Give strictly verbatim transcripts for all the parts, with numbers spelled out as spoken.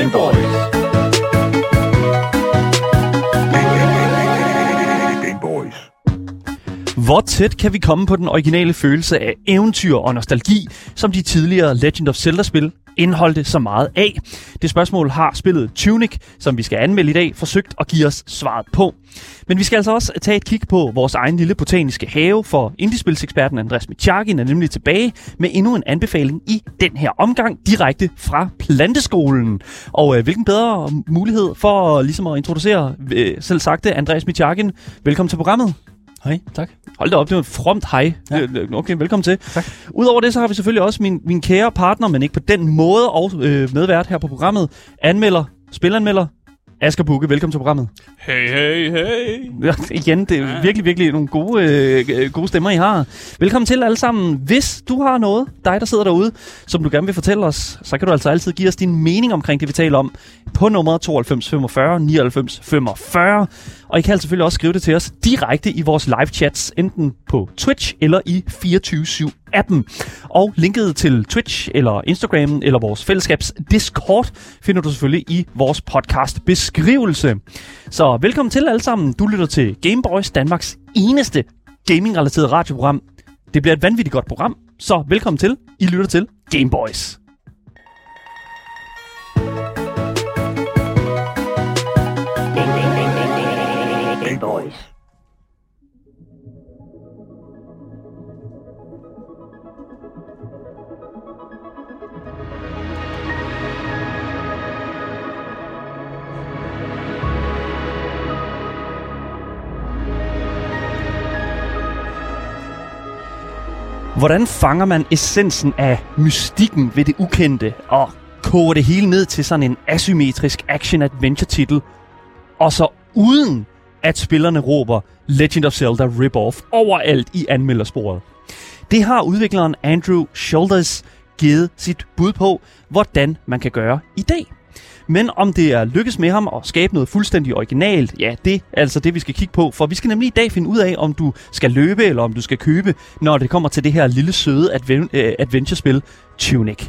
Game Boys. Game Boys. Hvor tæt kan vi komme på den originale følelse af eventyr og nostalgi, som de tidligere Legend of Zelda-spil indeholdte så meget af? Det spørgsmål har spillet Tunic, som vi skal anmelde i dag, forsøgt at give os svaret på. Men vi skal altså også tage et kig på vores egen lille botaniske have, for indiespilseksperten Andreas Michalkin er nemlig tilbage med endnu en anbefaling i den her omgang, direkte fra Planteskolen. Og øh, hvilken bedre mulighed for ligesom at introducere øh, selv sagte Andreas Michalkin. Velkommen til programmet. Hej, tak. Hold da op, det var et fromt hej. Ja. Okay, velkommen til. Tak. Udover det, så har vi selvfølgelig også min, min kære partner, men ikke på den måde, og øh, medvært her på programmet. Anmelder, spilanmelder, Asger Bukke. Velkommen til programmet. Hey, hey, hey. Ja, igen, det er ja. virkelig, virkelig nogle gode, øh, gode stemmer, I har. Velkommen til alle sammen. Hvis du har noget, dig der sidder derude, som du gerne vil fortælle os, så kan du altså altid give os din mening omkring det, vi taler om, på nummeret tooghalvfems femogfyrre nioghalvfems femogfyrre. Og I kan altså selvfølgelig også skrive det til os direkte i vores live chats, enten på Twitch eller i fireogtyve syv appen. Og linket til Twitch eller Instagram eller vores fællesskabs Discord finder du selvfølgelig i vores podcast beskrivelse. Så velkommen til alle sammen. Du lytter til Game Boys, Danmarks eneste gaming-relateret radioprogram. Det bliver et vanvittigt godt program, så velkommen til. I lytter til Game Boys. Game Boys. Hvordan fanger man essensen af mystikken ved det ukendte og koger det hele ned til sådan en asymmetrisk action-adventure-titel, og så uden at spillerne råber Legend of Zelda rip-off overalt i anmeldersporet? Det har udvikleren Andrew Shoulders givet sit bud på, hvordan man kan gøre i dag. Men om det er lykkes med ham at skabe noget fuldstændig originalt, ja, det er altså det, vi skal kigge på. For vi skal nemlig i dag finde ud af, om du skal løbe eller om du skal købe, når det kommer til det her lille søde adven- øh, adventure-spil Tunic.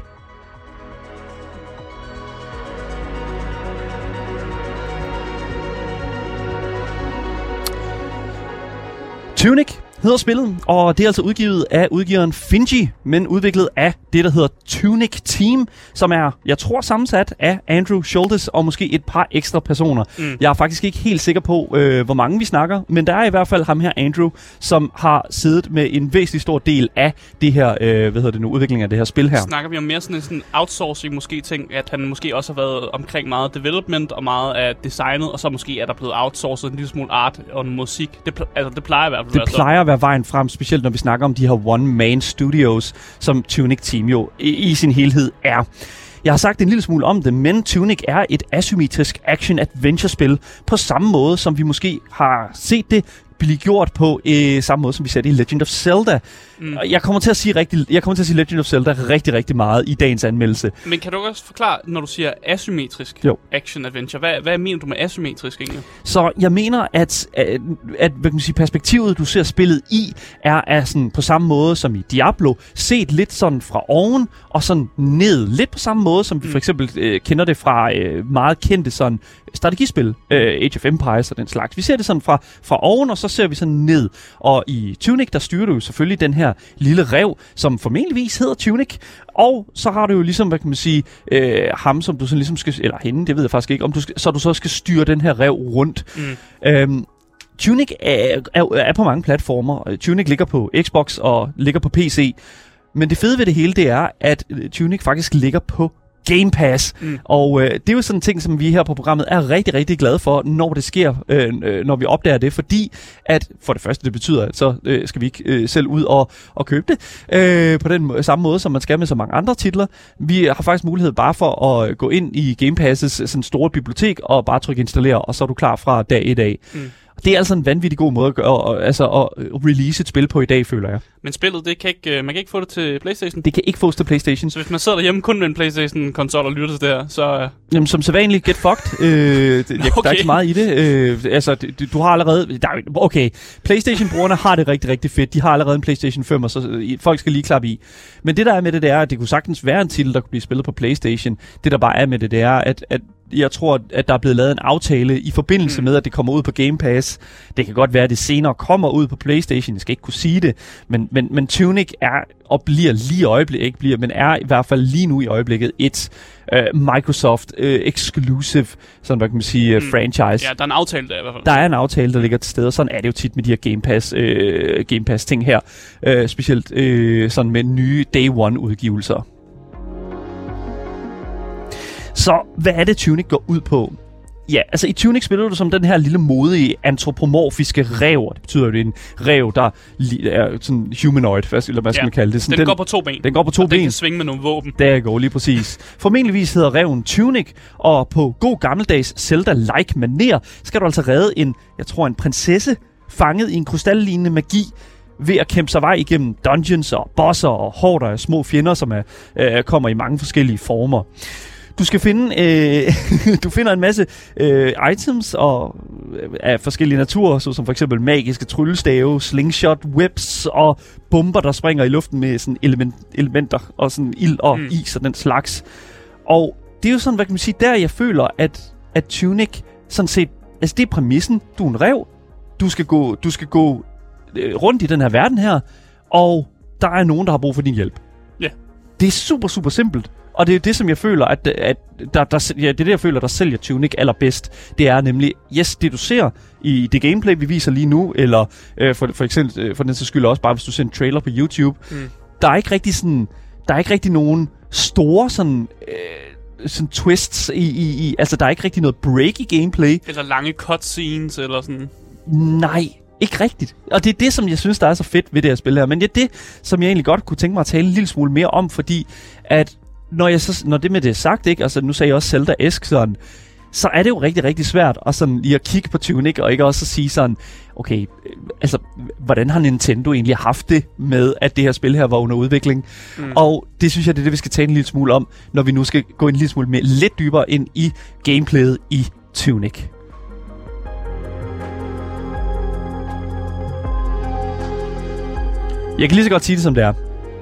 Tunic hedder spillet, og det er altså udgivet af udgiveren Finji, men udviklet af det, der hedder Tunic Team, som er, jeg tror, sammensat af Andrew Shoulders og måske et par ekstra personer. Mm. Jeg er faktisk ikke helt sikker på, øh, hvor mange vi snakker, men der er i hvert fald ham her, Andrew, som har siddet med en væsentlig stor del af det her, øh, hvad hedder det nu, udviklingen af det her spil her. Snakker vi om mere sådan en sådan outsourcing måske ting, at han måske også har været omkring meget development og meget af designet, og så måske er der blevet outsourcet en lille smule art og musik. Det, pl- altså, det plejer i hvert fald det at være plejer at være vejen frem, specielt når vi snakker om de her one-man studios, som Tunic Team jo i, i sin helhed er. Jeg har sagt en lille smule om det, men Tunic er et asymmetrisk action-adventure-spil på samme måde, som vi måske har set det blive gjort på øh, samme måde, som vi ser det i Legend of Zelda. Mm. Jeg kommer til at sige rigtig, jeg kommer til at sige Legend of Zelda rigtig, rigtig meget i dagens anmeldelse. Men kan du også forklare, når du siger asymmetrisk action-adventure, hvad, hvad mener du med asymmetrisk egentlig? Så jeg mener, at, at, at hvad kan man sige, perspektivet, du ser spillet i, er, er sådan på samme måde som i Diablo, set lidt sådan fra oven og sådan ned. Lidt på samme måde, som vi for eksempel øh, kender det fra øh, meget kendte sådan strategispil, øh, Age of Empires og den slags. Vi ser det sådan fra, fra oven, og så ser vi sådan ned. Og i Tunic, der styrer du jo selvfølgelig den her lille rev, som formentligvis hedder Tunic. Og så har du jo ligesom, hvad kan man sige, øh, ham, som du så ligesom skal, eller hende, det ved jeg faktisk ikke, om du skal, så du så skal styre den her rev rundt. Mm. Øhm, Tunic er, er, er på mange platformer. Tunic ligger på Xbox og ligger på P C. Men det fede ved det hele, det er, at Tunic faktisk ligger på Game Pass. Mm. Og øh, det er jo sådan en ting, som vi her på programmet er rigtig, rigtig glade for, når det sker, øh, øh, når vi opdager det, fordi at for det første, det betyder, at så øh, skal vi ikke øh, selv ud og, og købe det øh, på den samme måde, som man skal med så mange andre titler. Vi har faktisk mulighed bare for at gå ind i Game Pass' sådan store bibliotek og bare trykke installere, og så er du klar fra dag i dag. Mm. Det er altså en vanvittig god måde at, gøre, altså at release et spil på i dag, føler jeg. Men spillet, det kan ikke, man kan ikke få det til PlayStation? Det kan ikke fås til PlayStation. Så hvis man sidder derhjemme kun med en PlayStation-konsol og lytter til det her, så... Jamen, som sædvanligt, get fucked. Øh, jeg, okay. Der er ikke så meget i det. Øh, altså, du, du har allerede... Der, okay, PlayStation-brugerne har det rigtig, rigtig fedt. De har allerede en PlayStation fem, og så folk skal lige klappe i. Men det, der er med det, det er, at det kunne sagtens være en titel, der kunne blive spillet på PlayStation. Det, der bare er med det, det er, at... at jeg tror, at der er blevet lavet en aftale i forbindelse mm. med, at det kommer ud på Game Pass. Det kan godt være, at det senere kommer ud på PlayStation. Jeg skal ikke kunne sige det. Men, men, men Tunic er og bliver lige i øjeblikket, ikke bliver, men er i hvert fald lige nu i øjeblikket et uh, Microsoft uh, exclusive, sådan hvad kan man sige, uh, mm. franchise. Ja, der er en aftale der i hvert fald. Der er en aftale, der ligger til stede. Sådan er det jo tit med de her Game Pass, uh, Game Pass ting her. Uh, specielt uh, sådan med nye Day One udgivelser. Så hvad er det, Tunic går ud på? Ja, altså i Tunic spiller du som den her lille modige, antropomorfiske ræv. Det betyder jo, det er en ræv, der er sådan humanoid, eller hvad skal ja, man kalde det? Sådan, den, den går på to ben. Den går på to og ben. den kan svinge med nogle våben. Der går lige præcis. Formentligvis hedder ræven Tunic, og på god gammeldags Zelda-like manér skal du altså redde en, jeg tror en prinsesse, fanget i en krystallignende magi, ved at kæmpe sig vej igennem dungeons og bosser og horder af små fjender, som er, øh, kommer i mange forskellige former. Du skal finde, øh, du finder en masse øh, items og, øh, af forskellige naturer, så som for eksempel magiske tryllestave, slingshot, whips og bomber, der springer i luften med sådan element, elementer og sådan ild og mm. is og den slags. Og det er jo sådan, hvad kan man sige, der jeg føler, at, at Tunic sådan set, altså det er præmissen, du er en ræv, du skal gå, du skal gå øh, rundt i den her verden her, og der er nogen, der har brug for din hjælp. Ja. Yeah. Det er super, super simpelt. Og det er det, som jeg føler, at, at der, der, ja, det er det, jeg føler, der sælger Tunic allerbedst. Det er nemlig, yes, det du ser i det gameplay, vi viser lige nu, eller øh, for, for eksempel, for den så skyld også bare, hvis du ser en trailer på YouTube, mm. der er ikke rigtig sådan, der er ikke rigtig nogen store sådan, øh, sådan twists i, i, i, altså der er ikke rigtig noget break i gameplay. Eller lange cutscenes, eller sådan. Nej. Ikke rigtigt. Og det er det, som jeg synes, der er så fedt ved det her spil her. Men det er det, som jeg egentlig godt kunne tænke mig at tale en lille smule mere om, fordi at når, jeg så, når det med det er sagt, ikke, altså nu sagde jeg også Zelda-esk sådan, så er det jo rigtig, rigtig svært at, sådan, lige at kigge på Tunic, og ikke også at sige sådan, okay, altså, hvordan har Nintendo egentlig haft det med, at det her spil her var under udvikling? Mm. Og det synes jeg, det er det, vi skal tale en lille smule om, når vi nu skal gå en lille smule mere, lidt dybere ind i gameplayet i Tunic. Jeg kan lige så godt sige det, som det er.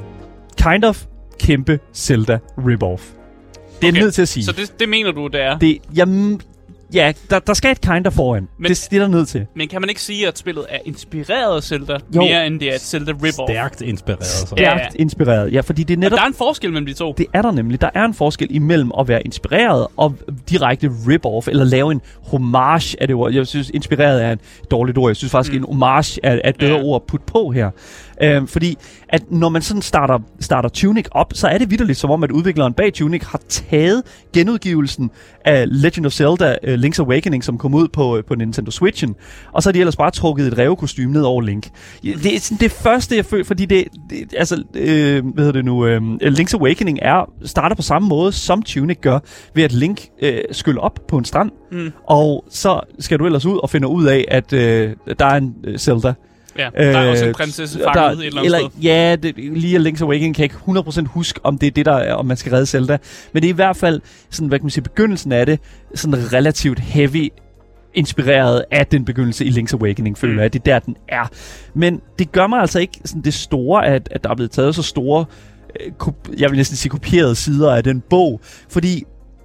Kind of kæmpe Zelda rip-off. Det er okay. Nødt til at sige. Så det, det mener du, det er? Det, jamen, ja, der, der skal et kind of foran. Men, det, det er der nødt til. Men kan man ikke sige, at spillet er inspireret af Zelda, jo. mere end det er et Zelda rip-off? Stærkt inspireret. Så. Stærkt ja, ja. inspireret, ja, fordi det er netop... Og der er en forskel mellem de to. Det er der nemlig. Der er en forskel imellem at være inspireret og direkte rip-off, eller lave en homage af det ord. Jeg synes, inspireret er et dårligt ord. Jeg synes faktisk, mm. en homage er, er et bedre ja. ord at putte på her. Øhm, fordi at når man sådan starter, starter Tunic op, så er det vitterligt som om, at udvikleren bag Tunic har taget genudgivelsen af Legend of Zelda uh, Link's Awakening, som kom ud på, uh, på Nintendo Switchen, og så har de ellers bare trukket et rævekostyme ned over Link. Det er sådan det første, jeg føler, fordi det, det altså, øh, hvad hedder det nu, øh, Link's Awakening er, starter på samme måde, som Tunic gør, ved at Link øh, skyller op på en strand, mm. og så skal du ellers ud og finde ud af, at øh, der er en øh, Zelda. Ja, der er øh, også en prinsesse fanget der, et eller andet eller, sted. Ja, det, lige Link's Awakening kan jeg ikke hundrede procent huske, om det er det, der er, om man skal redde Zelda. Men det er i hvert fald, sådan, hvad kan man sige, begyndelsen af det, sådan relativt heavy inspireret af den begyndelse i Link's Awakening, føler mm. jeg. Det er der, den er. Men det gør mig altså ikke sådan det store, at, at der er blevet taget så store, øh, kop- jeg vil næsten sige kopierede sider af den bog. Fordi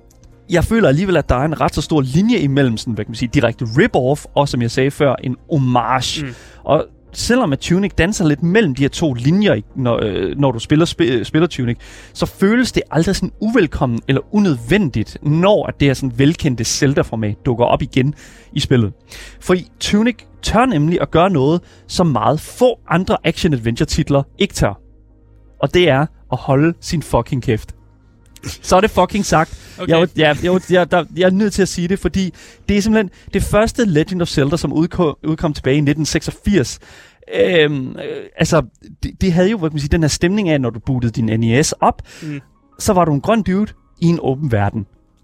jeg føler alligevel, at der er en ret så stor linje imellem sådan, hvad kan man sige, direkte rip-off, og som jeg sagde før, en homage. Mm. Og selvom at Tunic danser lidt mellem de her to linjer, når, øh, når du spiller, sp- spiller Tunic, så føles det aldrig sådan uvelkommen eller unødvendigt, når at det her sådan velkendte Zelda-format dukker op igen i spillet. For Tunic tør nemlig at gøre noget, som meget få andre action-adventure-titler ikke tør. Og det er at holde sin fucking kæft. Så er det fucking sagt. Okay. Jeg, jeg, jeg, jeg, der, jeg er nødt til at sige det, fordi det er simpelthen det første Legend of Zelda, som udkom, udkom tilbage i nitten seksogfirs. Øhm, øh, altså, det, det havde jo, hvad kan man sige, den her stemning af, når du bootede din N E S op, mm. så var du en grøn dude i en åben verden. Og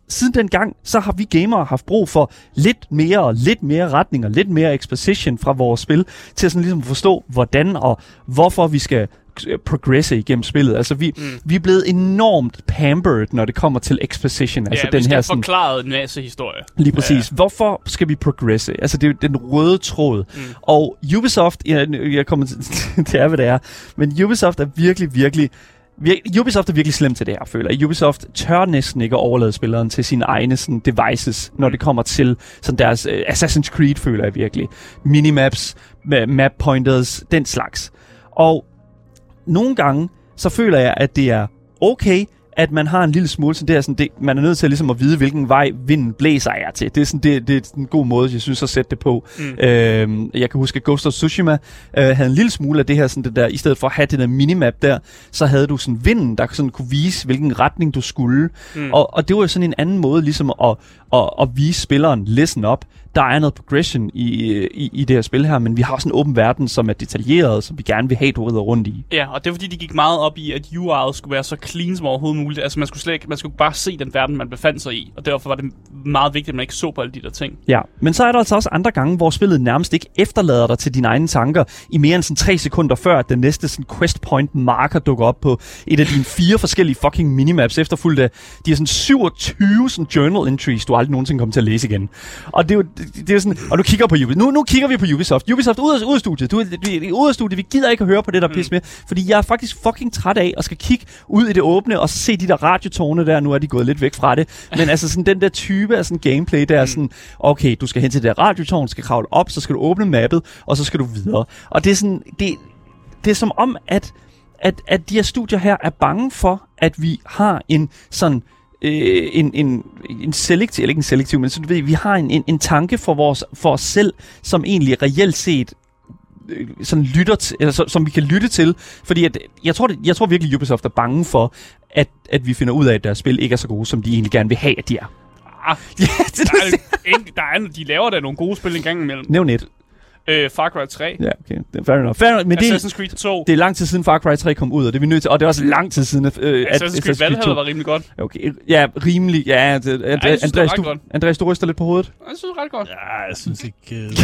siden den gang, så har vi gamere haft brug for lidt mere og lidt mere retning og lidt mere exposition fra vores spil, til at sådan ligesom forstå, hvordan og hvorfor vi skal progresse igennem spillet. Altså, vi, mm. vi er blevet enormt pampered, når det kommer til exposition. Ja, altså, vi den skal her have sådan, forklaret en masse historie. lige præcis. Ja. Hvorfor skal vi progresse? Altså, det er jo den røde tråd. Mm. Og Ubisoft, jeg, jeg kommer til, det er, hvad det er, men Ubisoft er virkelig, virkelig Vir- Ubisoft er virkelig slemt til det her, føler jeg. Ubisoft tør næsten ikke at overlade spilleren til sine egne sådan, devices, når det kommer til sådan, deres uh, Assassin's Creed, føler jeg virkelig. Minimaps, map pointers, den slags. Og nogle gange, så føler jeg, at det er okay, at man har en lille smule, så det er sådan, det, man er nødt til ligesom at vide, hvilken vej vinden blæser jer til. Det er sådan, det, det er en god måde, jeg synes, at sætte det på. Mm. Øhm, jeg kan huske, at Ghost of Tsushima øh, havde en lille smule af det her, sådan det der, i stedet for at have det der minimap der, så havde du sådan vinden, der sådan kunne vise, hvilken retning du skulle. Mm. Og, og det var jo sådan en anden måde, ligesom at, at, at vise spilleren, listen up. Der er noget progression i, i, i det her spil her, men vi har også en åben verden, som er detaljeret, som vi gerne vil have, du rider rundt i. Ja, og det er fordi, de gik meget op i, at U I'et skulle være så clean som overhovedet muligt. Altså, man skulle slet ikke, man skulle bare se den verden, man befandt sig i, og derfor var det meget vigtigt, at man ikke så på alle de der ting. Ja, men så er der altså også andre gange, hvor spillet nærmest ikke efterlader dig til dine egne tanker i mere end sådan tre sekunder før, at den næste sådan quest point marker dukker op på et af dine fire forskellige fucking minimaps, efterfulgt af de her sådan syvogtyve sådan journal entries, du aldrig nogensinde kommer til at læse igen. Og det er jo det er sådan, og nu kigger på Ubisoft. Nu, nu kigger vi på Ubisoft. Ubisoft ud af, ud af studiet. Du er ud af studiet. Vi gider ikke at høre på det der pis med, fordi jeg er faktisk fucking træt af at skal kigge ud i det åbne og så se de der radiotårne der. Nu er de gået lidt væk fra det. Men altså sådan den der type af sådan gameplay der er sådan, okay, du skal hen til det der radiotårn, skal kravle op, så skal du åbne mappet, og så skal du videre. Og det er sådan, det, det er som om at at at de her studier her er bange for, at vi har en sådan Øh, en, en, en selektiv, eller ikke en selektiv, men så du ved, vi har en, en, en tanke for, vores, for os selv, som egentlig reelt set øh, sådan lytter til, eller så, som vi kan lytte til, fordi at, jeg, tror, det, jeg tror virkelig, Ubisoft er bange for, at, at vi finder ud af, at deres spil ikke er så gode, som de egentlig gerne vil have, at de er. Ah, ja, det der, er, en, der er, de laver da nogle gode spil en gang imellem. Nævn et. Øh, Far Cry tre. Ja, okay. Fair enough. Fair enough. Men Assassin's Creed to. Det er lang tid siden Far Cry tre kom ud, og det er vi nødt til. Og det er også lang tid siden, øh, at Assassin's Creed Valhalla var rimelig godt. Okay. Ja, rimelig. Ja, det, Ej, jeg synes, Andreas, det du, Andreas, du ryster lidt på hovedet. Jeg synes, det er ret godt. Ja, jeg synes ikke...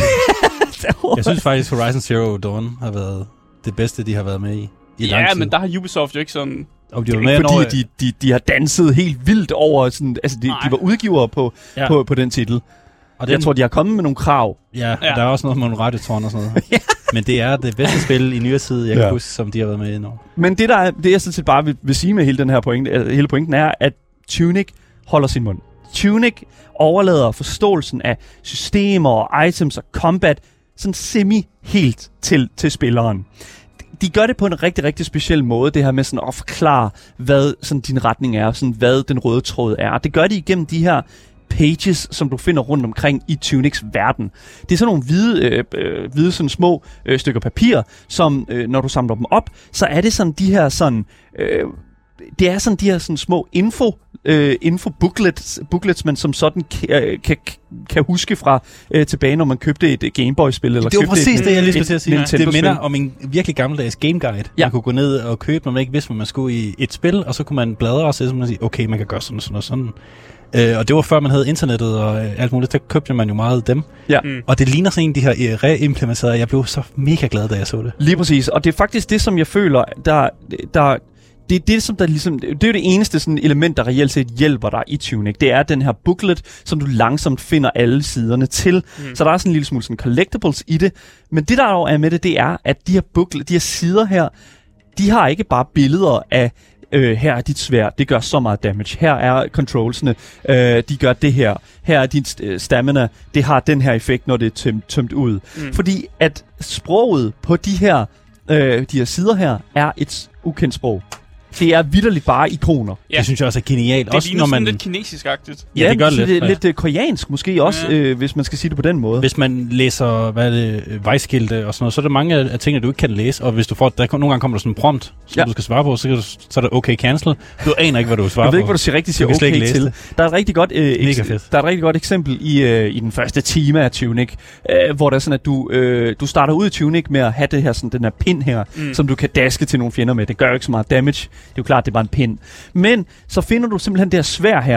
Uh... jeg synes faktisk, Horizon Zero Dawn har været det bedste, de har været med i. i ja, men der har Ubisoft jo ikke sådan... Og de var ikke med fordi, over... de, de, de har danset helt vildt over... Sådan, altså, de, de var udgivere på, ja. på, på den titel. Og den, jeg tror, de har kommet med nogle krav. Ja, ja. Der er også noget med nogle radiotårn og sådan noget. Ja. Men det er det bedste spil i nyere tid, jeg ja. kan huske, som de har været med i nu. Men det, der er, det jeg sådan set bare vil, vil sige med hele den her pointe, hele pointen er, at Tunic holder sin mund. Tunic overlader forståelsen af systemer og items og combat sådan semi-helt til, til spilleren. De gør det på en rigtig, rigtig speciel måde, det her med sådan at forklare, hvad sådan din retning er, sådan hvad den røde tråd er. Det gør de igennem de her pages, som du finder rundt omkring i Tunics verden. Det er sådan nogle hvide, øh, øh, hvide sådan små øh, stykker papir, som øh, når du samler dem op, så er det sådan de her sådan... Øh, det er sådan de her sådan små info, øh, info booklets, booklets, man som sådan kan, kan, kan huske fra øh, tilbage, når man købte et Gameboy-spil. Eller det var præcis et, det, jeg lige skulle til at sige. Nintendo det minder om en virkelig gammeldags game guide. Ja. Man kunne gå ned og købe, når man ikke vidste, hvad man skulle i et spil, og så kunne man bladre og så man sige, okay, man kan gøre sådan og sådan og sådan. Øh, og det var før man havde internettet og øh, alt muligt, der købte man jo meget af dem. Ja. Mm. Og det ligner sådan en af de her øh, reimplementerede. Jeg blev så mega glad, da jeg så det. Lige præcis, og det er faktisk det, som jeg føler, der... der Det er det, som der ligesom, det er jo det eneste sådan element, der reelt set hjælper dig i Tunic. Det er den her booklet, som du langsomt finder alle siderne til. Mm. Så der er sådan en lille smule sådan collectibles i det. Men det, der jo er med det, det er, at de her booklet, de her sider her, de har ikke bare billeder af, øh, her er dit sværd, det gør så meget damage. Her er controlsene, øh, de gør det her. Her er dit øh, stamina, det har den her effekt, når det er tømt, tømt ud. Mm. Fordi at sproget på de her, øh, de her sider her, er et ukendt sprog. Det er vitterligt bare ikoner. Ja. Det synes jeg også er genialt. Det også, ligner når sådan man... lidt kinesisk-agtigt. Ja, ja, det gør det lidt. Det er lidt uh, koreansk måske også, ja. øh, hvis man skal sige det på den måde. Hvis man læser, hvad er det, vejskilte og sådan noget, så er der mange af tingene, du ikke kan læse. Og hvis du får, der, nogle gange kommer der sådan en prompt, som ja. du skal svare på, så, du, så er der okay cancel. Du aner ikke, hvad du svarer på. Du ved ikke, hvad du siger rigtigt siger okay til. Der er et rigtig godt, øh, eks- der er et rigtig godt eksempel i, øh, i den første time af Tunic, øh, hvor der er sådan, at du, øh, du starter ud i Tunic med at have det her, sådan, den her pin her, mm. som du kan daske til nogle fjender med. Det gør jo ikke så meget damage. Det er jo klart, det er bare en pin. Men så finder du simpelthen det her sværd her,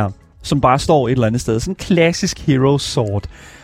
som bare står et eller andet sted. Sådan en klassisk hero sword.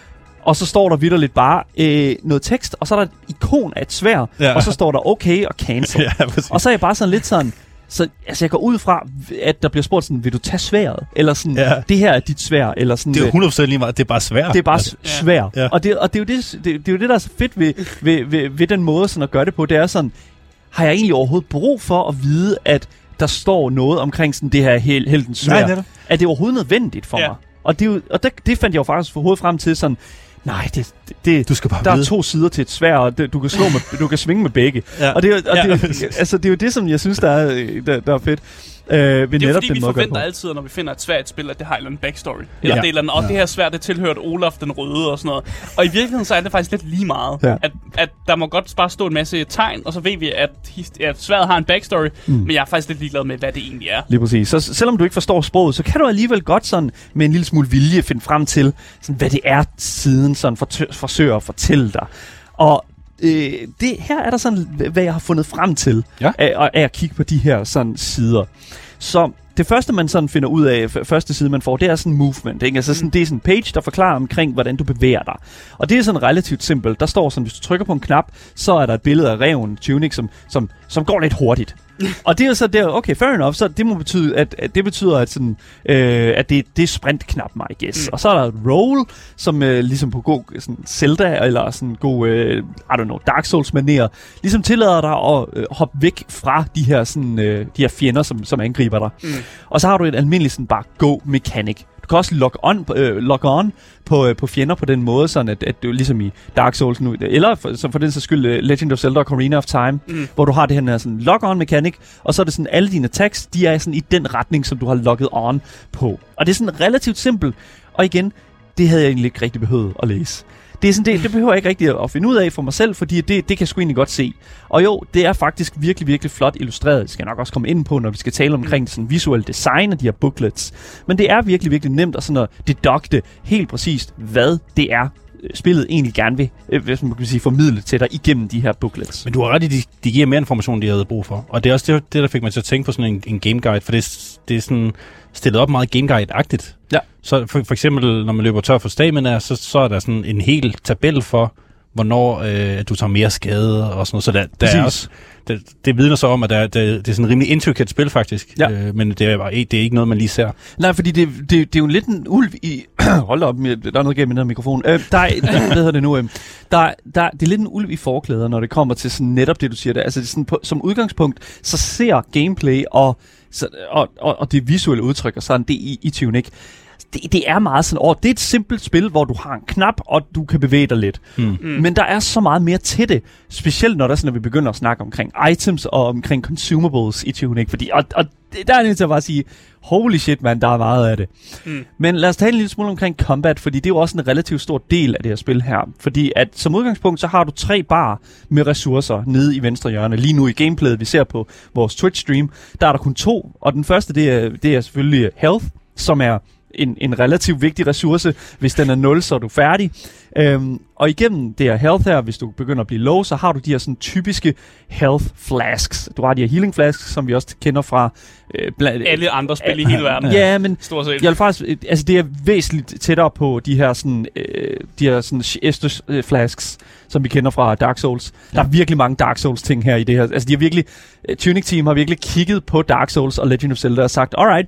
Og så står der vitterligt bare øh, noget tekst, og så er der et ikon af et sværd, ja. Og så står der okay og cancel. Ja, og så er jeg bare sådan lidt sådan, så altså jeg går ud fra, at der bliver spurgt sådan, vil du tage sværdet? Eller sådan, ja. Det her er dit sværd, eller sådan. Det er jo hundrede procent lige meget, det er bare svært. Det er bare altså. Sværd. Ja. Og, det, og det, er jo det, det, det er jo det, der er så fedt ved, ved, ved, ved den måde sådan at gøre det på, det er sådan, har jeg egentlig overhovedet brug for at vide, at der står noget omkring sådan det her hel, heltens sværd? Nej, det er, er det overhovedet nødvendigt for ja. Mig? Og, det, er jo, og det, det fandt jeg jo faktisk for hovedet frem til sådan, nej, det, det, du skal bare der vide. Er to sider til et sværd, og det, du kan slå med, du kan svinge med begge. Ja. Og, det, og ja. det, altså, det er jo det, som jeg synes, der er, der, der er fedt. Øh, det er jo fordi, vi forventer altid, når vi finder et svært spil, at det har en eller anden backstory. Eller ja. Det, eller andet, og ja. Det her svært, det tilhørte Olaf den Røde og sådan noget. Og i virkeligheden, så er det faktisk lidt lige meget. Ja. At, at der må godt bare stå en masse tegn, og så ved vi, at, at sværet har en backstory, mm. men jeg er faktisk lidt ligeglad med, hvad det egentlig er. Lige præcis. Så selvom du ikke forstår sproget, så kan du alligevel godt sådan, med en lille smule vilje finde frem til, sådan, hvad det er, siden sådan for, forsøger at fortælle dig. Og øh, det, her er der sådan, hvad jeg har fundet frem til, ja. af, af at kigge på de her sådan sider. Så det første, man sådan finder ud af, første side, man får, det er sådan movement, ikke? Altså sådan, det er sådan en page, der forklarer omkring, hvordan du bevæger dig. Og det er sådan relativt simpelt. Der står sådan, hvis du trykker på en knap, så er der et billede af ræven, Tunic, som, som, som går lidt hurtigt. Og det er så der, okay, fair enough, så det må betyde, at, at det betyder, at, sådan, øh, at det, det er sprint-knappen, I guess. Mm. Og så er der et roll, som øh, ligesom på god sådan Zelda, eller sådan god, øh, I don't know, Dark Souls-manér, ligesom tillader dig at øh, hoppe væk fra de her, sådan, øh, de her fjender, som, som angriber dig. Mm. Og så har du et almindeligt sådan bare go-mechanic. Du kan også log on, øh, log on på, øh, på fjender på den måde, sådan at, at du ligesom i Dark Souls nu, eller for, som for den sags skyld uh, Legend of Zelda Ocarina of Time, mm. hvor du har det her sådan log on mechanic, og så er det sådan alle dine attacks, de er sådan i den retning, som du har logget on på. Og det er sådan relativt simpelt. Og igen, det havde jeg egentlig ikke rigtig behøvet at læse. Det, er sådan, det, det behøver jeg ikke rigtig at finde ud af for mig selv, fordi det, det kan jeg sgu egentlig godt se. Og jo, det er faktisk virkelig, virkelig flot illustreret. Det skal jeg nok også komme ind på, når vi skal tale omkring sådan visuelle design af de her booklets. Men det er virkelig, virkelig nemt at, sådan at dedukte helt præcist, hvad det er, spillet egentlig gerne vil, hvis man kan sige, formidle til dig igennem de her booklets. Men du har ret i, de, de giver mere information, de havde brug for. Og det er også det, det der fik mig til at tænke på sådan en, en game guide, for det, det er sådan stillet op meget game guide-agtigt. Ja. Så for, for eksempel, når man løber tør for stamina, så, så er der sådan en hel tabel for, hvornår øh, du tager mere skade og sådan noget. Så der, der er også, det, det vidner så om, at der, der, det er sådan en rimelig intricate spil faktisk, ja. øh, men det er, bare, det er ikke noget, man lige ser. Nej, fordi det, det, det er jo lidt en ulv i... Hold op, der er noget gennem den her mikrofon. Øh, der er, hvad hedder det nu? Øh, der, der, det er lidt en ulv i forklæder, når det kommer til sådan netop det, du siger der. Altså det er sådan, på, som udgangspunkt, så ser gameplay og, så, og, og, og det visuelle udtryk og sådan, det i, i Tunic. Det, det er meget sådan, åh, det er et simpelt spil, hvor du har en knap, og du kan bevæge dig lidt. Mm. Mm. Men der er så meget mere til det, specielt når, der, sådan, når vi begynder at snakke omkring items og omkring consumables i Tunic, fordi, og, og der er jeg nødt til at bare sige, holy shit, man, der er meget af det. Mm. Men lad os tale en lille smule omkring combat, fordi det er jo også en relativt stor del af det her spil her. Fordi at som udgangspunkt, så har du tre bar med ressourcer nede i venstre hjørne. Lige nu i gameplayet, vi ser på vores Twitch-stream, der er der kun to, og den første, det er, det er selvfølgelig health, som er En, en relativt vigtig ressource. Hvis den er nul, så er du færdig. Øhm, og igennem det her health her, hvis du begynder at blive low, så har du de her sådan typiske health flasks. Du har de her healing flasks, som vi også kender fra øh, blandt alle andre spil i hele verden. Ja, men stort set. Jeg vil faktisk, altså det er væsentligt tættere på de her sådan øh, de her sådan Estus øh, flasks, som vi kender fra Dark Souls. Ja. Der er virkelig mange Dark Souls ting her i det her. Altså de har virkelig uh, Tunic Team har virkelig kigget på Dark Souls og Legend of Zelda og sagt, alright,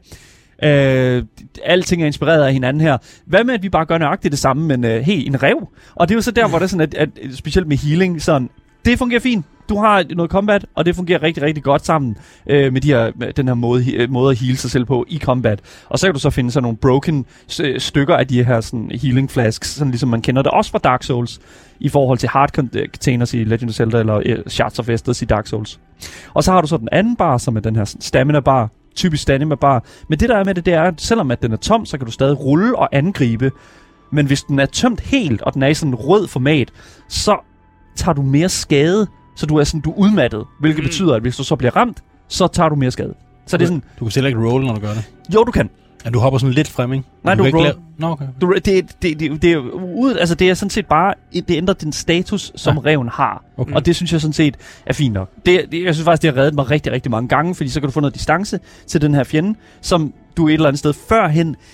Uh, alting er inspireret af hinanden her. Hvad med, at vi bare gør nøjagtigt det samme, men uh, hey, en rev? Og det er jo så der, hvor det er sådan, at, at specielt med healing, sådan, det fungerer fint. Du har noget combat, og det fungerer rigtig, rigtig godt sammen uh, med, de her, med den her måde, måde at heale sig selv på i combat. Og så kan du så finde sådan nogle broken uh, stykker af de her sådan, healing flasks, sådan ligesom man kender det også fra Dark Souls, i forhold til hard containers i Legend of Zelda, eller uh, Shards of Estus i Dark Souls. Og så har du så den anden bar, som er den her sådan, stamina bar, typisk stamina bar. Men det der er med det, det er, at selvom at den er tom, så kan du stadig rulle og angribe. Men hvis den er tømt helt, og den er i sådan en rød format, så tager du mere skade, så du er sådan, du er udmattet. Hvilket mm. betyder, at hvis du så bliver ramt, så tager du mere skade. Så du, det er sådan, du kan selv ikke rolle, når du gør det? Jo, du kan. Ja, du hopper sådan lidt frem, ikke? Nej, du, du kan ikke lave... Nå, okay. Du, det, det, det, det, det, er ud, altså det er sådan set bare, det ændrer den status, som ja. Reven har. Okay. Og det synes jeg sådan set er fint nok. Det, det, jeg synes faktisk, det har reddet mig rigtig, rigtig mange gange, fordi så kan du få noget distance til den her fjende, som du et eller andet sted førhen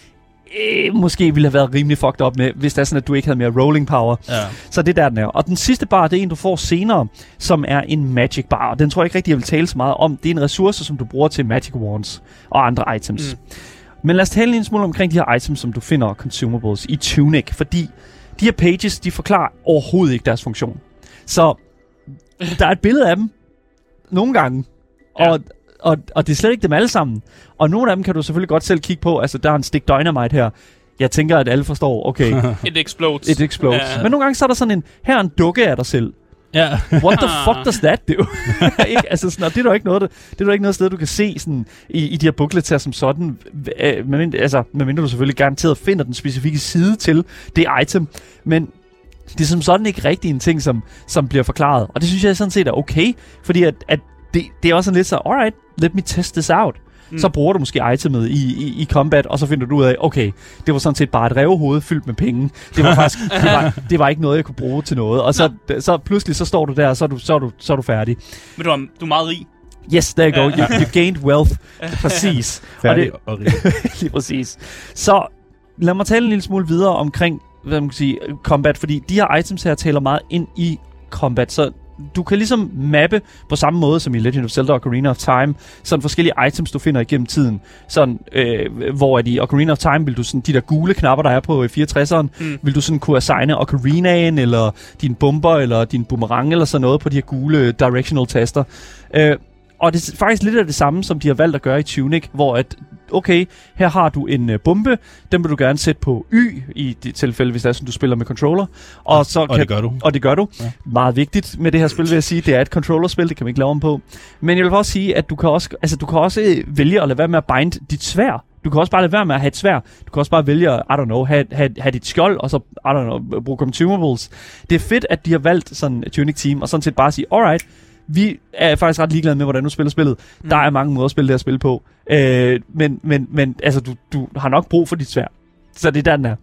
øh, måske ville have været rimelig fucked up med, hvis det er sådan, at du ikke havde mere rolling power. Ja. Så det er der, den er. Og den sidste bar, det er en, du får senere, som er en magic bar. Og den tror jeg ikke rigtig, jeg vil tale så meget om. Det er en ressource, som du bruger til magic wands og andre items. Mm. Men lad os tale en smule omkring de her items, som du finder consumables i Tunic, fordi de her pages, de forklarer overhovedet ikke deres funktion. Så der er et billede af dem, nogle gange, ja. og, og, og det er slet ikke dem alle sammen. Og nogle af dem kan du selvfølgelig godt selv kigge på. Altså, der er en stick dynamite her. Jeg tænker, at alle forstår, okay. It explodes. It explodes. Ja. Men nogle gange så er der sådan en, her er en dukke af dig selv. Ja. What the fuck does that do? ikke? Altså, sådan, og det er der ikke noget, det, det er der ikke noget sted, du kan se sådan, i, i de her booklets her som sådan. Øh, medmindre, altså, medmindre du selvfølgelig garanteret finder den specifikke side til det item. Men det er som sådan ikke rigtig en ting, som, som bliver forklaret. Og det synes jeg sådan set er okay. Fordi at, at det, det er også sådan lidt så, alright, let me test this out. Mm. Så bruger du måske itemet i, i, i combat, og så finder du ud af, okay, det var sådan set bare et rævehoved fyldt med penge. Det var faktisk, det var, det var ikke noget, jeg kunne bruge til noget. Og så, no. så pludselig så står du der, og så er du, så er du, så er du færdig. Men du er, du er meget rig. Yes, there you go. You, you gained wealth. Præcis. Færdig og, det, og rig. Lige præcis. Så lad mig tale en lille smule videre omkring, hvad man kan sige, combat, fordi de her items her taler meget ind i combat, så du kan ligesom mappe på samme måde som i Legend of Zelda Ocarina of Time, sådan forskellige items, du finder igennem tiden. Sådan, øh, hvor at i Ocarina of Time vil du sådan, de der gule knapper, der er på fireogtresseren, mm. vil du sådan kunne assigne Ocarinaen, eller din bomber, eller din boomerang, eller sådan noget på de her gule directional taster. Øh, og det er faktisk lidt af det samme, som de har valgt at gøre i Tunic, hvor at, okay, her har du en uh, bombe, den vil du gerne sætte på Y, i det tilfælde, hvis det er sådan, du spiller med controller. Og, ja, så og kan, det gør du. Og det gør du. Ja. Meget vigtigt med det her spil, vil jeg sige, det er et controllerspil, det kan man ikke lave om på. Men jeg vil også sige, at du kan også, altså, du kan også vælge at lade være med at bind dit sværd. Du kan også bare lade være med at have et sværd. Du kan også bare vælge at, I don't know, have, have, have dit skjold, og så, I don't know, bruge consumables. Det er fedt, at de har valgt sådan et Tunic team, og sådan set bare sige, alright, vi er faktisk ret ligeglade med, hvordan du spiller spillet. Mm. Der er mange måder at spille det her spil på. Øh, men, men, men altså, du, du har nok brug for dit sværd. Så det er der, den er.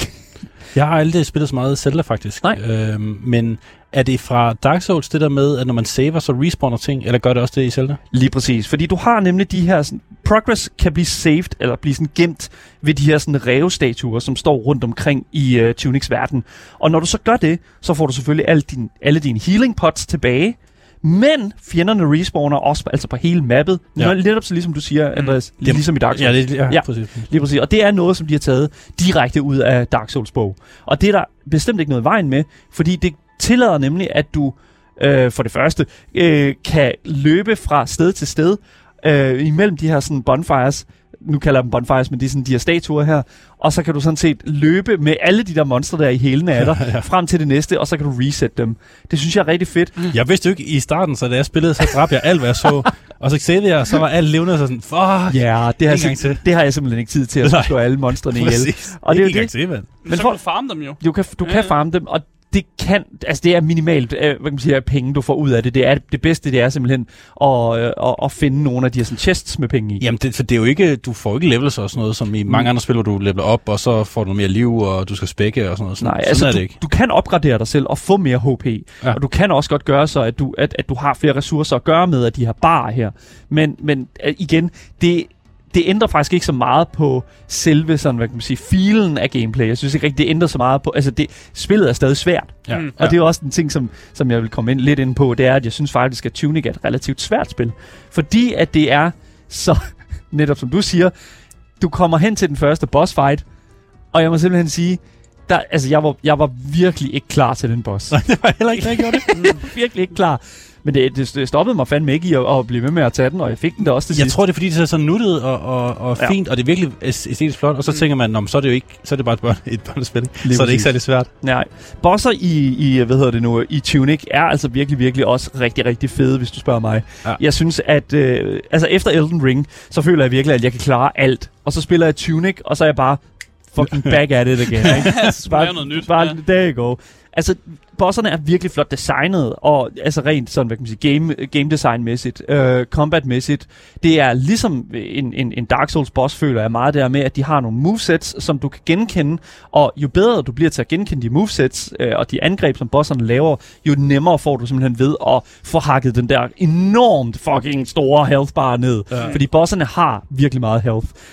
Jeg har aldrig spillet så meget Zelda, faktisk. Nej. Øhm, men er det fra Dark Souls det der med, at når man saver, så respawner ting? Eller gør det også det i Zelda? Lige præcis. Fordi du har nemlig de her... Sådan, progress kan blive saved, eller blive sådan gemt ved de her sådan rævestatuer, som står rundt omkring i uh, Tunics verden. Og når du så gør det, så får du selvfølgelig alle, din, alle dine healing pots tilbage. Men fjenderne respawner også altså på hele mappet. Ja. Netop så ligesom du siger, Andreas, mm. ligesom i Dark Souls. Ja, det, ja, ja, præcis. Lige præcis. Og det er noget, som de har taget direkte ud af Dark Souls bog. Og det er der bestemt ikke noget i vejen med, fordi det tillader nemlig, at du øh, for det første øh, kan løbe fra sted til sted øh, imellem de her sådan bonfires. Nu kalder jeg dem bonfires, men det er sådan de her statuer her. Og så kan du sådan set løbe med alle de der monstre der i hælene af dig, ja, ja. frem til det næste, og så kan du reset dem. Det synes jeg er rigtig fedt. Jeg vidste jo ikke i starten, så da jeg spillede, så dræbte jeg alt, hvad jeg så. Og så savede jeg, så var alt levende og sådan, fuck, ja, det har, jeg, det har jeg simpelthen ikke tid til at slå alle monstrene ihjel. Og det er jo det. Til, men så kan du farme dem jo. Du kan, du ja, kan ja. farme dem, og det kan, altså det er minimalt, øh, hvad kan man sige, penge du får ud af det. Det er det bedste, det er simpelthen at, øh, at, at finde nogle af de her sådan chests med penge i. Jamen, det, for det er jo ikke, du får ikke levels og sådan noget, som i mange mm. andre spil, hvor du leveler op, og så får du mere liv, og du skal spække og sådan noget. Sådan, Nej, sådan altså er du, det ikke. Du kan opgradere dig selv og få mere H P, ja. Og du kan også godt gøre så, at du, at, at du har flere ressourcer at gøre med af de her barer her. Men, men igen, det det ændrer faktisk ikke så meget på selve sådan, hvad kan man sige, feelen af gameplay. Jeg synes ikke rigtig, det ændrer så meget på... Altså, det, spillet er stadig svært. Ja. Mm. Og det er også en ting, som, som jeg vil komme ind, lidt ind på, det er, at jeg synes faktisk, at Tunic er et relativt svært spil. Fordi at det er så... Netop som du siger, du kommer hen til den første boss fight, og jeg må simpelthen sige... Der, altså, jeg var, jeg var virkelig ikke klar til den boss. Nej, det var heller ikke, jeg gjorde det. Virkelig ikke klar. Men det, det, det stoppede mig fandme ikke i at, at blive ved med at tage den, og jeg fik den da også til Jeg sidst. tror, det er fordi, det er så nuttet og, og, og ja. fint, og det er virkelig æstetisk flot, og så mm. tænker man, nå, så er det jo ikke, så er det bare et, børn, et børnespil. Så præcis. Er det ikke særlig svært. Nej. Bosser i, i, hvad hedder det nu, i Tunic er altså virkelig, virkelig også rigtig, rigtig fede, hvis du spørger mig. Ja. Jeg synes, at øh, altså efter Elden Ring, så føler jeg virkelig, at jeg kan klare alt. Og så spiller jeg Tunic, og så er jeg bare fucking back at it again. Så bare noget nyt. Bare, ja. There you go. Altså, bosserne er virkelig flot designet, og altså rent sådan, hvad kan man sige, game, game design-mæssigt, øh, combat-mæssigt. Det er ligesom en, en, en Dark Souls boss, føler jeg meget der med, at de har nogle movesets, som du kan genkende, og jo bedre du bliver til at genkende de movesets, øh, og de angreb, som bosserne laver, jo nemmere får du simpelthen ved at få hakket den der enormt fucking store health bar ned. Ja. Fordi bosserne har virkelig meget health.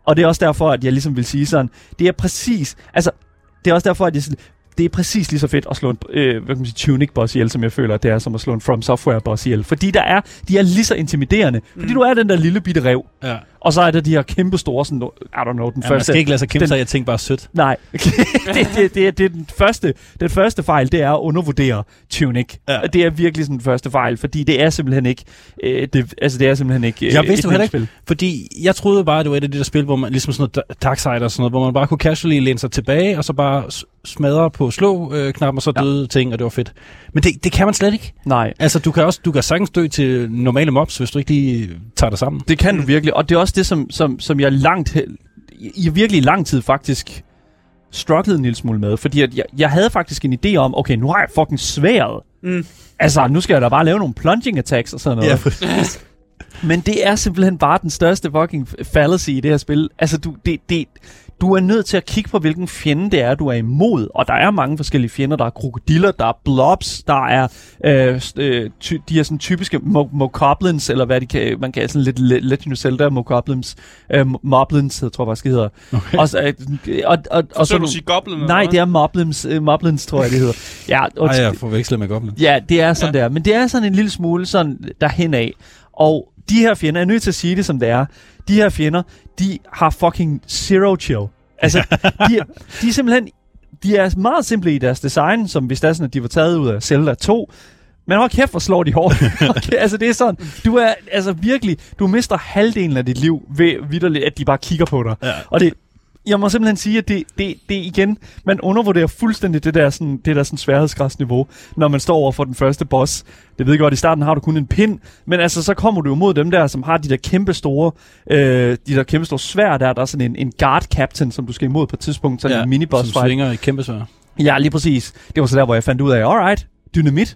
Og det er også derfor, at jeg ligesom vil sige sådan, det er præcis, altså, det er også derfor, at jeg det er præcis lige så fedt at slå en øh, hvad kan man sige, Tunic-boss ihjel, som jeg føler, det er som at slå en From Software-boss ihjel. Fordi der er, de er lige så intimiderende. Mm. Fordi du er den der lille bitte rev. Ja. Og så er der de her kæmpe store, sådan, I don't know, den ja, første... Man skal ikke lade sig kæmpe sig, jeg tænker bare sødt. Nej, det, det, det, det, det er den første, den første fejl, det er at undervurdere Tunic. Ja. Det er virkelig sådan den første fejl, fordi det er simpelthen ikke... Øh, det, altså, det er simpelthen ikke øh, jeg vidste et heller spil. Ikke, fordi jeg troede bare, det var et af de der spil, hvor man, ligesom sådan noget Darkseid og sådan noget, hvor man bare kunne casually læne sig tilbage, og så bare smadre på slå-knappen, og så døde ja. ting, og det var fedt. Men det, det kan man slet ikke. Nej. Altså, du kan også du kan sagtens dø til normale mobs, hvis du ikke lige tager dig sammen. Det kan du virkelig, og det er også det, som, som, som jeg langt, i virkelig lang tid faktisk strugglede en lille smule med, fordi at jeg, jeg havde faktisk en idé om, okay, nu har jeg fucking sværet. Mm. Altså, nu skal jeg da bare lave nogle plunging attacks og sådan noget. Ja, men det er simpelthen bare den største fucking fallacy i det her spil. Altså, du, det, det, du er nødt til at kigge på, hvilken fjende det er, du er imod. Og der er mange forskellige fjender. Der er krokodiller, der er blobs, der er øh, øh, ty, de her sådan typiske mo- mokoblins, eller hvad de kan, man kan sådan lidt le- Legend of Zelda mokoblins, øh, moblins, jeg tror faktisk, det hedder. Okay. Og, øh, og, og, og så du sige goblin? Nej, det er moblins, øh, moblins, tror jeg, det hedder. Ja, og Ej, jeg forveksler med goblins. Ja, det er sådan ja. der. Men det er sådan en lille smule sådan derhen af. Og de her fjender, jeg er nødt til at sige det, som det er. De her fjender, de har fucking zero chill. Altså, de, er, de er simpelthen, de er meget simple i deres design, som hvis det er sådan, at de var taget ud af Zelda to. Men hold kæft, hvor slår de hårdt. Okay, altså, det er sådan, du er altså virkelig, du mister halvdelen af dit liv ved vitterligt, at de bare kigger på dig. Ja. Og det, jeg må simpelthen sige, at det, det, det igen, man undervurderer fuldstændig det der, sådan, det der sådan sværhedsgradsniveau, når man står over for den første boss. Det ved jeg godt, i starten har du kun en pind, men altså så kommer du jo mod dem der, som har de der kæmpe store, øh, de der kæmpe store svær der, der er sådan en, en guard captain, som du skal imod på et tidspunkt, sådan ja, en miniboss fight. Som svinger et kæmpe svær. Ja, lige præcis. Det var så der, hvor jeg fandt ud af, alright, dynamit.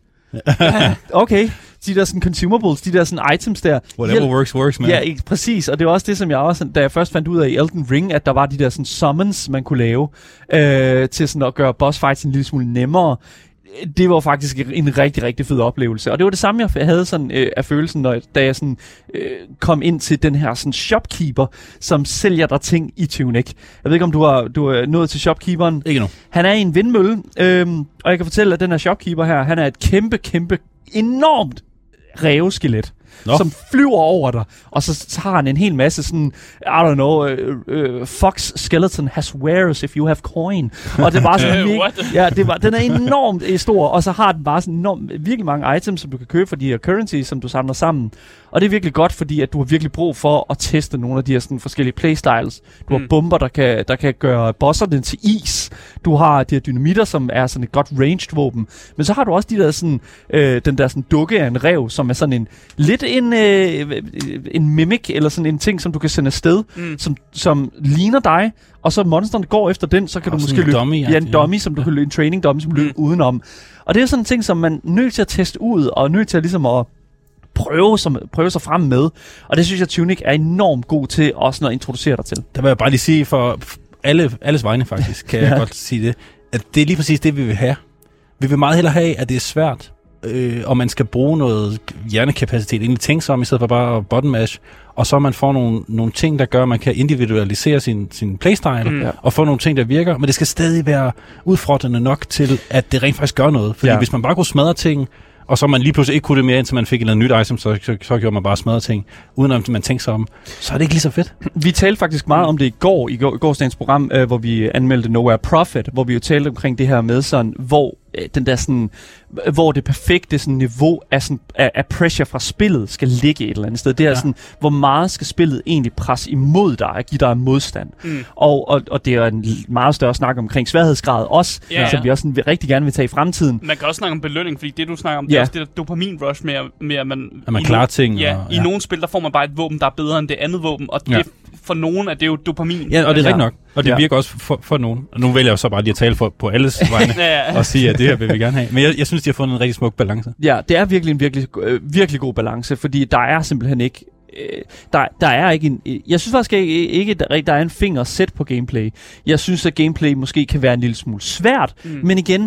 Okay, de der sådan consumables, de der sådan items der. Whatever Hjel- works, works, man. Ja, ikke, præcis. Og det var også det, som jeg også, da jeg først fandt ud af i Elden Ring, at der var de der sådan summons, man kunne lave, øh, til sådan at gøre boss fights en lille smule nemmere. Det var faktisk en rigtig, rigtig fed oplevelse. Og det var det samme, jeg havde sådan øh, af følelsen, når, da jeg sådan, øh, kom ind til den her sådan shopkeeper, som sælger der ting i Tunic. Jeg ved ikke, om du har, du er nået til shopkeeperen. Ikke nu. Han er i en vindmølle, øh, og jeg kan fortælle, at den her shopkeeper her, han er et kæmpe, kæmpe, enormt ræveskelet. Nå. Som flyver over dig, og så har han en hel masse sådan, I don't know, uh, uh, Fox skeleton has wares if you have coin. Og det er bare sådan, mega, ja, det var, den er enormt stor, og så har den bare sådan enormt, virkelig mange items, som du kan købe for de her currencies, som du samler sammen. Og det er virkelig godt, fordi at du har virkelig brug for at teste nogle af de her sådan forskellige playstyles. Du har mm. bomber, der kan, der kan gøre bosserne til is. Du har de her dynamitter, som er sådan et godt ranged våben. Men så har du også de der sådan, øh, den der sådan dukke af en ræv, som er sådan en lidt en, øh, en mimic, eller sådan en ting, som du kan sende afsted, mm. som, som ligner dig. Og så monsterne går efter den, så kan og du måske løbe... Dummy, ja, en dummy, som du ja. kan løbe, en training dummy, som mm. løber udenom. Og det er sådan en ting, som man er nødt til at teste ud, og er nødt til at ligesom at prøve, som, prøve sig frem med. Og det synes jeg, Tunic er enormt god til også at introducere dig til. Der vil jeg bare lige sige for alle, alles vegne faktisk, kan ja. jeg godt sige det, at det er lige præcis det, vi vil have. Vi vil meget hellere have, at det er svært, øh, og man skal bruge noget hjernekapacitet, egentlig tænke sig om, i stedet for bare at button mash, og så man får nogle, nogle ting, der gør, at man kan individualisere sin, sin playstyle, mm. og få nogle ting, der virker, men det skal stadig være udfordrende nok til, at det rent faktisk gør noget. Fordi ja. hvis man bare kunne smadre ting, og så man lige pludselig ikke kunne det mere, indtil man fik et eller andet nyt item, så, så, så gjorde man bare smadre ting, uden at man tænkte sig om. Så er det ikke lige så fedt. Vi talte faktisk meget om det i går, i, går, i gårsdagens program, øh, hvor vi anmeldte Nowhere Profit, hvor vi jo talte omkring det her med sådan, hvor øh, den der sådan, hvor det perfekte sådan, niveau af, sådan, af, af pressure fra spillet skal ligge et eller andet sted. Det er ja. sådan, hvor meget skal spillet egentlig presse imod dig, og give dig modstand. Mm. Og, og, og det er en meget større snak omkring sværhedsgrad også, ja, som ja. vi også sådan, rigtig gerne vil tage i fremtiden. Man kan også snakke om belønning, fordi det du snakker om, det ja. er også det der dopamin-rush med, med at man... At man klarer ting. Ja, og, i ja. nogle spil, der får man bare et våben, der er bedre end det andet våben, og det, ja. for nogen er det jo dopamin. Ja, og det er rigtigt nok. Og det ja. virker også for, for nogen. Og nu vælger jeg så bare lige at tale for, på alles vegne ja, ja. og sige, at det her vil vi gerne have. Men jeg, jeg synes, de har fundet en rigtig smuk balance. Ja, det er virkelig en virkelig, øh, virkelig god balance, fordi der er simpelthen ikke... Øh, der, der er ikke en... Øh, jeg synes faktisk ikke, ikke, der, der er en finger sæt på gameplay. Jeg synes, at gameplay måske kan være en lille smule svært, mm. men igen...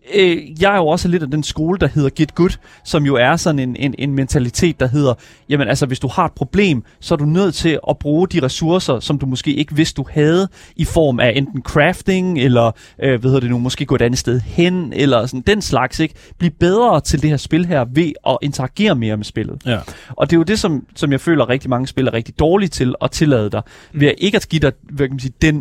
øh, jeg er jo også lidt af den skole, der hedder Get Good, som jo er sådan en, en, en mentalitet, der hedder, jamen altså, hvis du har et problem, så er du nødt til at bruge de ressourcer, som du måske ikke vidste, du havde, i form af enten crafting, eller, øh, hvad hedder det nu, måske gå et andet sted hen, eller sådan den slags, ikke? Bliv bedre til det her spil her, ved at interagere mere med spillet. Ja. Og det er jo det, som, som jeg føler, rigtig mange spil er rigtig dårlige til, at tillade dig, ved at ikke at give dig, hvad kan man sige, den,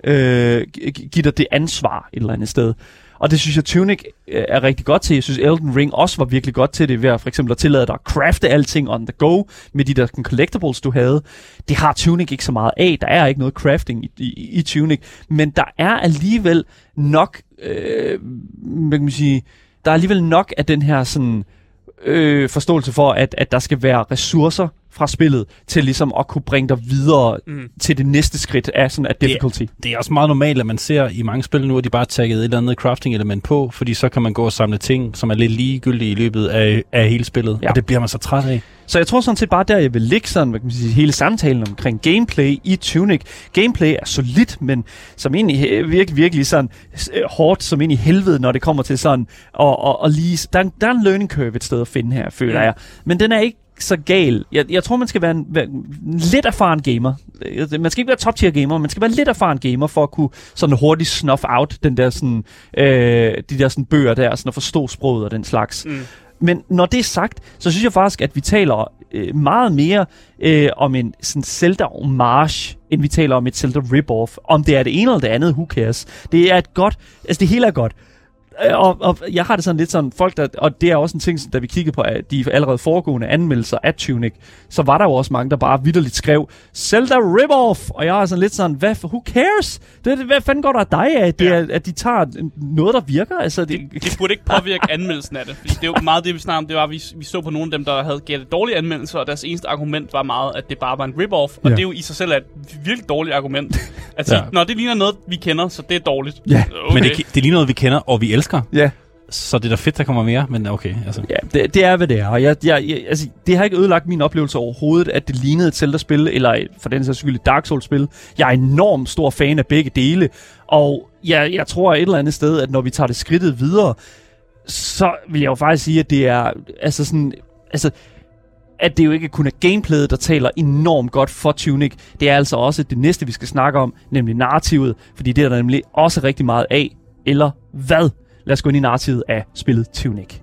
øh, give dig det ansvar et eller andet sted. Og det synes jeg, Tunic er rigtig godt til. Jeg synes, Elden Ring også var virkelig godt til det, ved at for eksempel at tillade dig at crafte alting on the go, med de der collectibles, du havde. Det har Tunic ikke så meget af. Der er ikke noget crafting i, i, i Tunic, men der er alligevel nok, øh, hvad kan man sige, der er alligevel nok af den her sådan, øh, forståelse for, at, at der skal være ressourcer fra spillet, til ligesom at kunne bringe dig videre mm. til det næste skridt af sådan af difficulty. Det, det er også meget normalt, at man ser i mange spil nu, at de bare tagget et eller andet crafting-element på, fordi så kan man gå og samle ting, som er lidt ligegyldige i løbet af, af hele spillet, ja. Og det bliver man så træt af. Så jeg tror sådan set bare der, jeg vil ligge sådan, hvad kan man sige, hele samtalen omkring gameplay i Tunic. Gameplay er solidt, men som egentlig virkelig, virkelig sådan øh, hårdt, som ind i helvede, når det kommer til sådan, og, og, og lige, der, der er en learning curve et sted at finde her, føler mm. jeg. Men den er ikke så gal. Jeg, jeg tror, man skal være en, være en lidt erfaren gamer. Man skal ikke være top tier gamer, man skal være lidt erfaren gamer for at kunne sådan hurtigt snuff out den der sådan, øh, de der sådan bøger der, sådan at forstå sproget og den slags. Mm. Men når det er sagt, så synes jeg faktisk, at vi taler øh, meget mere øh, om en sådan Zelda-homage, end vi taler om et Zelda-rip-off. Om det er det ene eller det andet, who cares? Det er et godt, altså det hele er godt. Og, og jeg har det sådan lidt sådan, folk der, og det er også en ting, da vi kiggede på de allerede foregående anmeldelser af Tunic, så var der jo også mange, der bare vitterligt skrev, Zelda rip-off, og jeg er sådan lidt sådan, hvad, who cares? Det, det, hvad fanden går der af dig af, det, ja. At de tager noget, der virker? Altså, det, det, det burde ikke påvirke anmeldelsen af det, fordi det er jo meget det, vi snakker om, det var, vi, vi så på nogle af dem, der havde givet dårlige anmeldelser, og deres eneste argument var meget, at det bare var en rip-off, og ja. Det er jo i sig selv et virkelig dårligt argument. Altså, ja. Når det ligner noget, vi kender, så det er dårligt. Ja. Okay. Men det, det ligner noget, vi kender, og vi elsker. Ja. Så det er da fedt, der kommer mere, men okay. Altså. Ja, det, det er, hvad det er. Og jeg, jeg, jeg, altså, det har ikke ødelagt min oplevelse overhovedet, at det lignede et Zelda-spil, eller for den sags skyld et Dark Souls-spil. Jeg er enormt stor fan af begge dele, og jeg, jeg tror et eller andet sted, at når vi tager det skridtet videre, så vil jeg jo faktisk sige, at det er altså sådan, altså, at det jo ikke kun er gameplayet, der taler enormt godt for Tunic. Det er altså også det næste, vi skal snakke om, nemlig narrativet, fordi det er der nemlig også rigtig meget af. Eller hvad? Lad os gå ind i narrativet af spillet Tunic.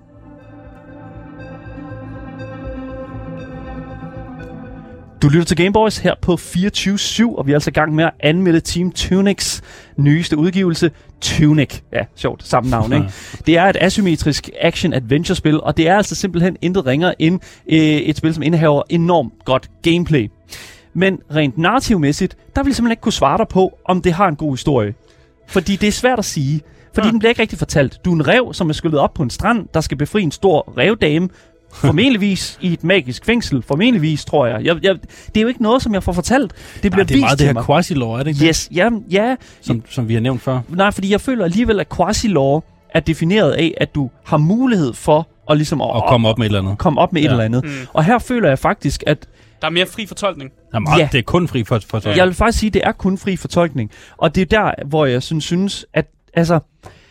Du lytter til Gameboys her på fireogtyve syv, og vi er altså i gang med at anmelde Team Tunics nyeste udgivelse, Tunic. Ja, sjovt, samme navn, ikke? Det er et asymmetrisk action-adventure-spil, og det er altså simpelthen intet ringere end øh, et spil, som indehaver enormt godt gameplay. Men rent narrativmæssigt, der vil jeg simpelthen ikke kunne svare dig på, om det har en god historie. Fordi det er svært at sige. Fordi ja. Den bliver ikke rigtig fortalt. Du er en ræv, som er skyllet op på en strand, der skal befri en stor rævdame. Formentligvis i et magisk fængsel. Formentligvis, tror jeg. Jeg, jeg. Det er jo ikke noget, som jeg får fortalt. Det bliver nej, det er vist meget det her quasi-lore, er det ikke? Yes, ja, ja. Som, som vi har nævnt før. Nej, fordi jeg føler alligevel, at quasi-lore er defineret af, at du har mulighed for at ligesom... At, at komme op med et eller andet. Komme op med ja. Et eller andet. Mm. Og her føler jeg faktisk, at... Der er mere fri fortolkning. Der er meget, ja. Det er kun fri for, fortolkning. Jeg vil faktisk sige, at det er kun fri fortolkning. Og det er der, hvor jeg synes, synes at... Altså...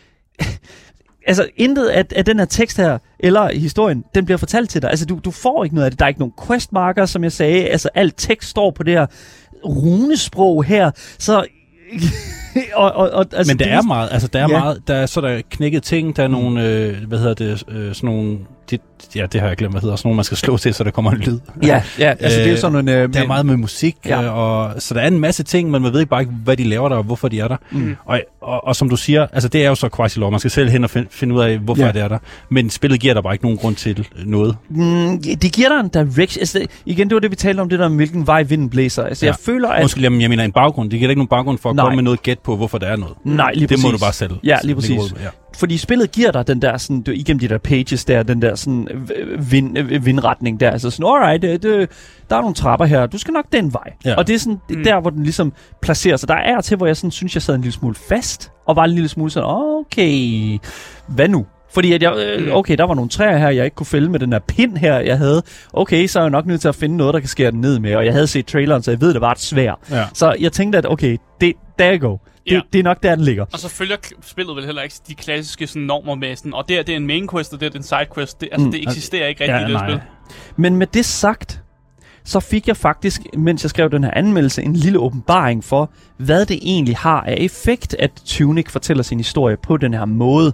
Altså, intet af, af den her tekst her, eller historien, den bliver fortalt til dig. Altså, du, du får ikke noget af det. Der er ikke nogen questmarker, som jeg sagde. Altså, alt tekst står på det her runesprog her. Så... og, og, og, altså, men der det, er meget, altså der er ja. meget, der er så der knækket ting, der er nogle, øh, hvad hedder det, øh, sådan nogle, det, ja, det har jeg glemt, hvad hedder, sådan nogle, man skal slå til, så der kommer en lyd. Ja, ja, altså øh, det er jo sådan en... Øh, der er meget med musik, ja. øh, og så der er en masse ting, men man ved ikke bare ikke, hvad de laver der, og hvorfor de er der. Mm. Og, og, og som du siger, altså det er jo så quasi-lore, man skal selv hen og find, finde ud af, hvorfor ja. Det er der. Men spillet giver der bare ikke nogen grund til noget. Mm, det giver dig en direction. Altså, igen, det var det, vi talte om, det der med, hvilken vej vinden blæser. Altså, ja. Jeg føler, at... Undskyld, jeg mener en baggrund. Det giver ikke nogen baggrund for at Nej. Komme med noget gæt på, hvorfor der er noget. Nej, lige det præcis. må du bare selv. Ja, lige præcis. Ja. Fordi spillet giver dig den der sådan, du, igennem de der pages der, den der sådan vind, vindretning der. Altså sådan, alright, det, det, der er nogle trapper her, du skal nok den vej. Ja. Og det er sådan mm. der, hvor den ligesom placerer sig. Der er til, hvor jeg sådan synes, jeg sad en lille smule fast, og var en lille smule sådan, okay, hvad nu? Fordi at jeg, okay, der var nogle træer her, jeg ikke kunne fælde med den her pind her, jeg havde. Okay, så er jeg nok nødt til at finde noget, der kan skære den ned med. Og jeg havde set traileren, så jeg ved, det var et svær. Ja. Så jeg tænkte, at okay, det, there you go. Det, ja. det er nok der, den ligger. Og så følger spillet vel heller ikke de klassiske sådan, normer med sådan, og det er, det er en main quest, og det er en side quest. Det, altså, mm. det eksisterer ikke rigtigt ja, i det spil. Men med det sagt, så fik jeg faktisk, mens jeg skrev den her anmeldelse, en lille åbenbaring for, hvad det egentlig har af effekt, at Tunic fortæller sin historie på den her måde.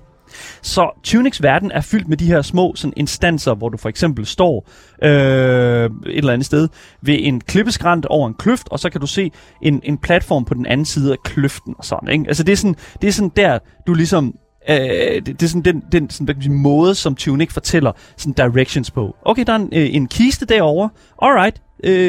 Så Tunics verden er fyldt med de her små sådan, instanser, hvor du for eksempel står øh, et eller andet sted ved en klippeskrant over en kløft, og så kan du se en, en platform på den anden side af kløften og sådan, ikke? Altså det er sådan, det er sådan der, du ligesom Øh, det, det er sådan den, den sådan, hvad kan man sige, måde, som Tunic fortæller sådan directions på. Okay, der er en, øh, en kiste derovre. Alright.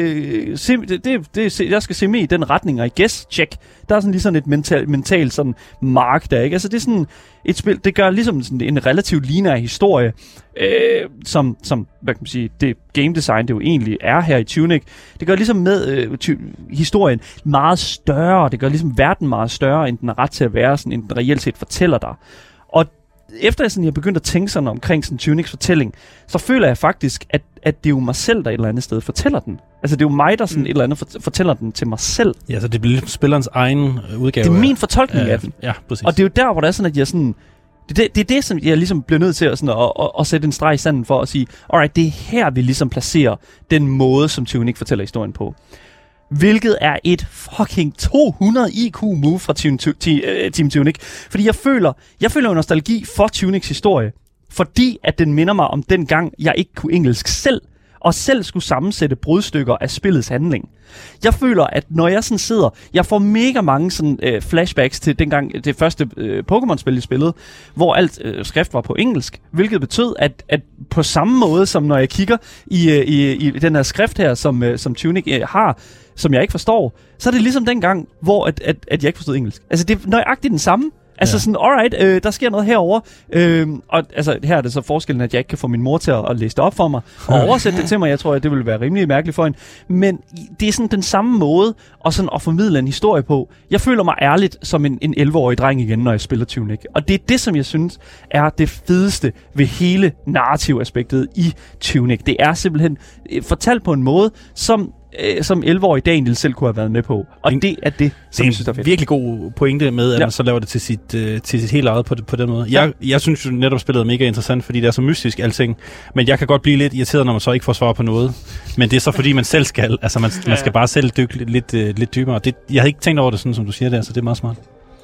Øh, se, det, det, det, jeg skal se med i den retning, og I guess, check. Der er sådan lige sådan et mental, mental sådan mark der, ikke? Altså det er sådan et spil, det gør ligesom sådan en relativt lineær historie, øh, som, som, hvad kan man sige, det game design, det jo egentlig er her i Tunic. Det gør ligesom med øh, ty- historien meget større, det gør ligesom verden meget større, end den er ret til at være, sådan, end den reelt set fortæller dig. Og efter jeg, sådan, jeg begyndte at tænke sådan omkring sådan Tunics fortælling, så føler jeg faktisk, at, at det er jo mig selv, der et eller andet sted fortæller den. Altså det er jo mig, der sådan mm. et eller andet fortæller den til mig selv. Ja, så det bliver spillerens egen udgave. Det er min fortolkning af, af den. Ja, præcis. Og det er jo der, hvor det er sådan, at jeg sådan... Det er det, det, er det som jeg ligesom bliver nødt til at, sådan, at, at, at sætte en streg i sanden for at sige, alright, det er her, vi ligesom placerer den måde, som Tunic fortæller historien på. Hvilket er et fucking to hundrede I Q move fra Team, Team Tunic. Fordi jeg føler, jeg føler en nostalgi for Tunics historie. Fordi at den minder mig om den gang, jeg ikke kunne engelsk selv. Og selv skulle sammensætte brudstykker af spillets handling. Jeg føler, at når jeg sådan sidder, jeg får mega mange sådan, øh, flashbacks til dengang det første øh, Pokémon-spil, jeg spillede, hvor alt øh, skrift var på engelsk, hvilket betød, at, at på samme måde, som når jeg kigger i, øh, i, i den her skrift her, som, øh, som Tunic øh, har, som jeg ikke forstår, så er det ligesom dengang, hvor at, at, at jeg ikke forstod engelsk. Altså, det er nøjagtigt den samme. Altså ja. Sådan, alright, øh, der sker noget herover. Øh, og altså, her er det så forskellen, at jeg ikke kan få min mor til at, at læse det op for mig og oversætte det til mig. Jeg tror, at det ville være rimelig mærkeligt for hende. Men det er sådan den samme måde at, sådan, at formidle en historie på. Jeg føler mig ærligt som en, en elleve-årig dreng igen, når jeg spiller Tunic. Og det er det, som jeg synes er det fedeste ved hele narrativaspektet i Tunic. Det er simpelthen fortalt på en måde, som... som elleve-årig Daniel selv kunne have været med på. Og det er det, som det jeg synes er fedt. Det er en virkelig god pointe med, at ja. man så laver det til sit, uh, til sit helt eget på, på den måde. Jeg, ja. jeg synes jo netop, spillet er mega interessant, fordi det er så mystisk alting. Men jeg kan godt blive lidt irriteret, når man så ikke får svar på noget. Men det er så fordi, man selv skal. Altså, man, ja. man skal bare selv dykke lidt, lidt, uh, lidt dybere. Det, jeg havde ikke tænkt over det sådan, som du siger der, så det er meget smart.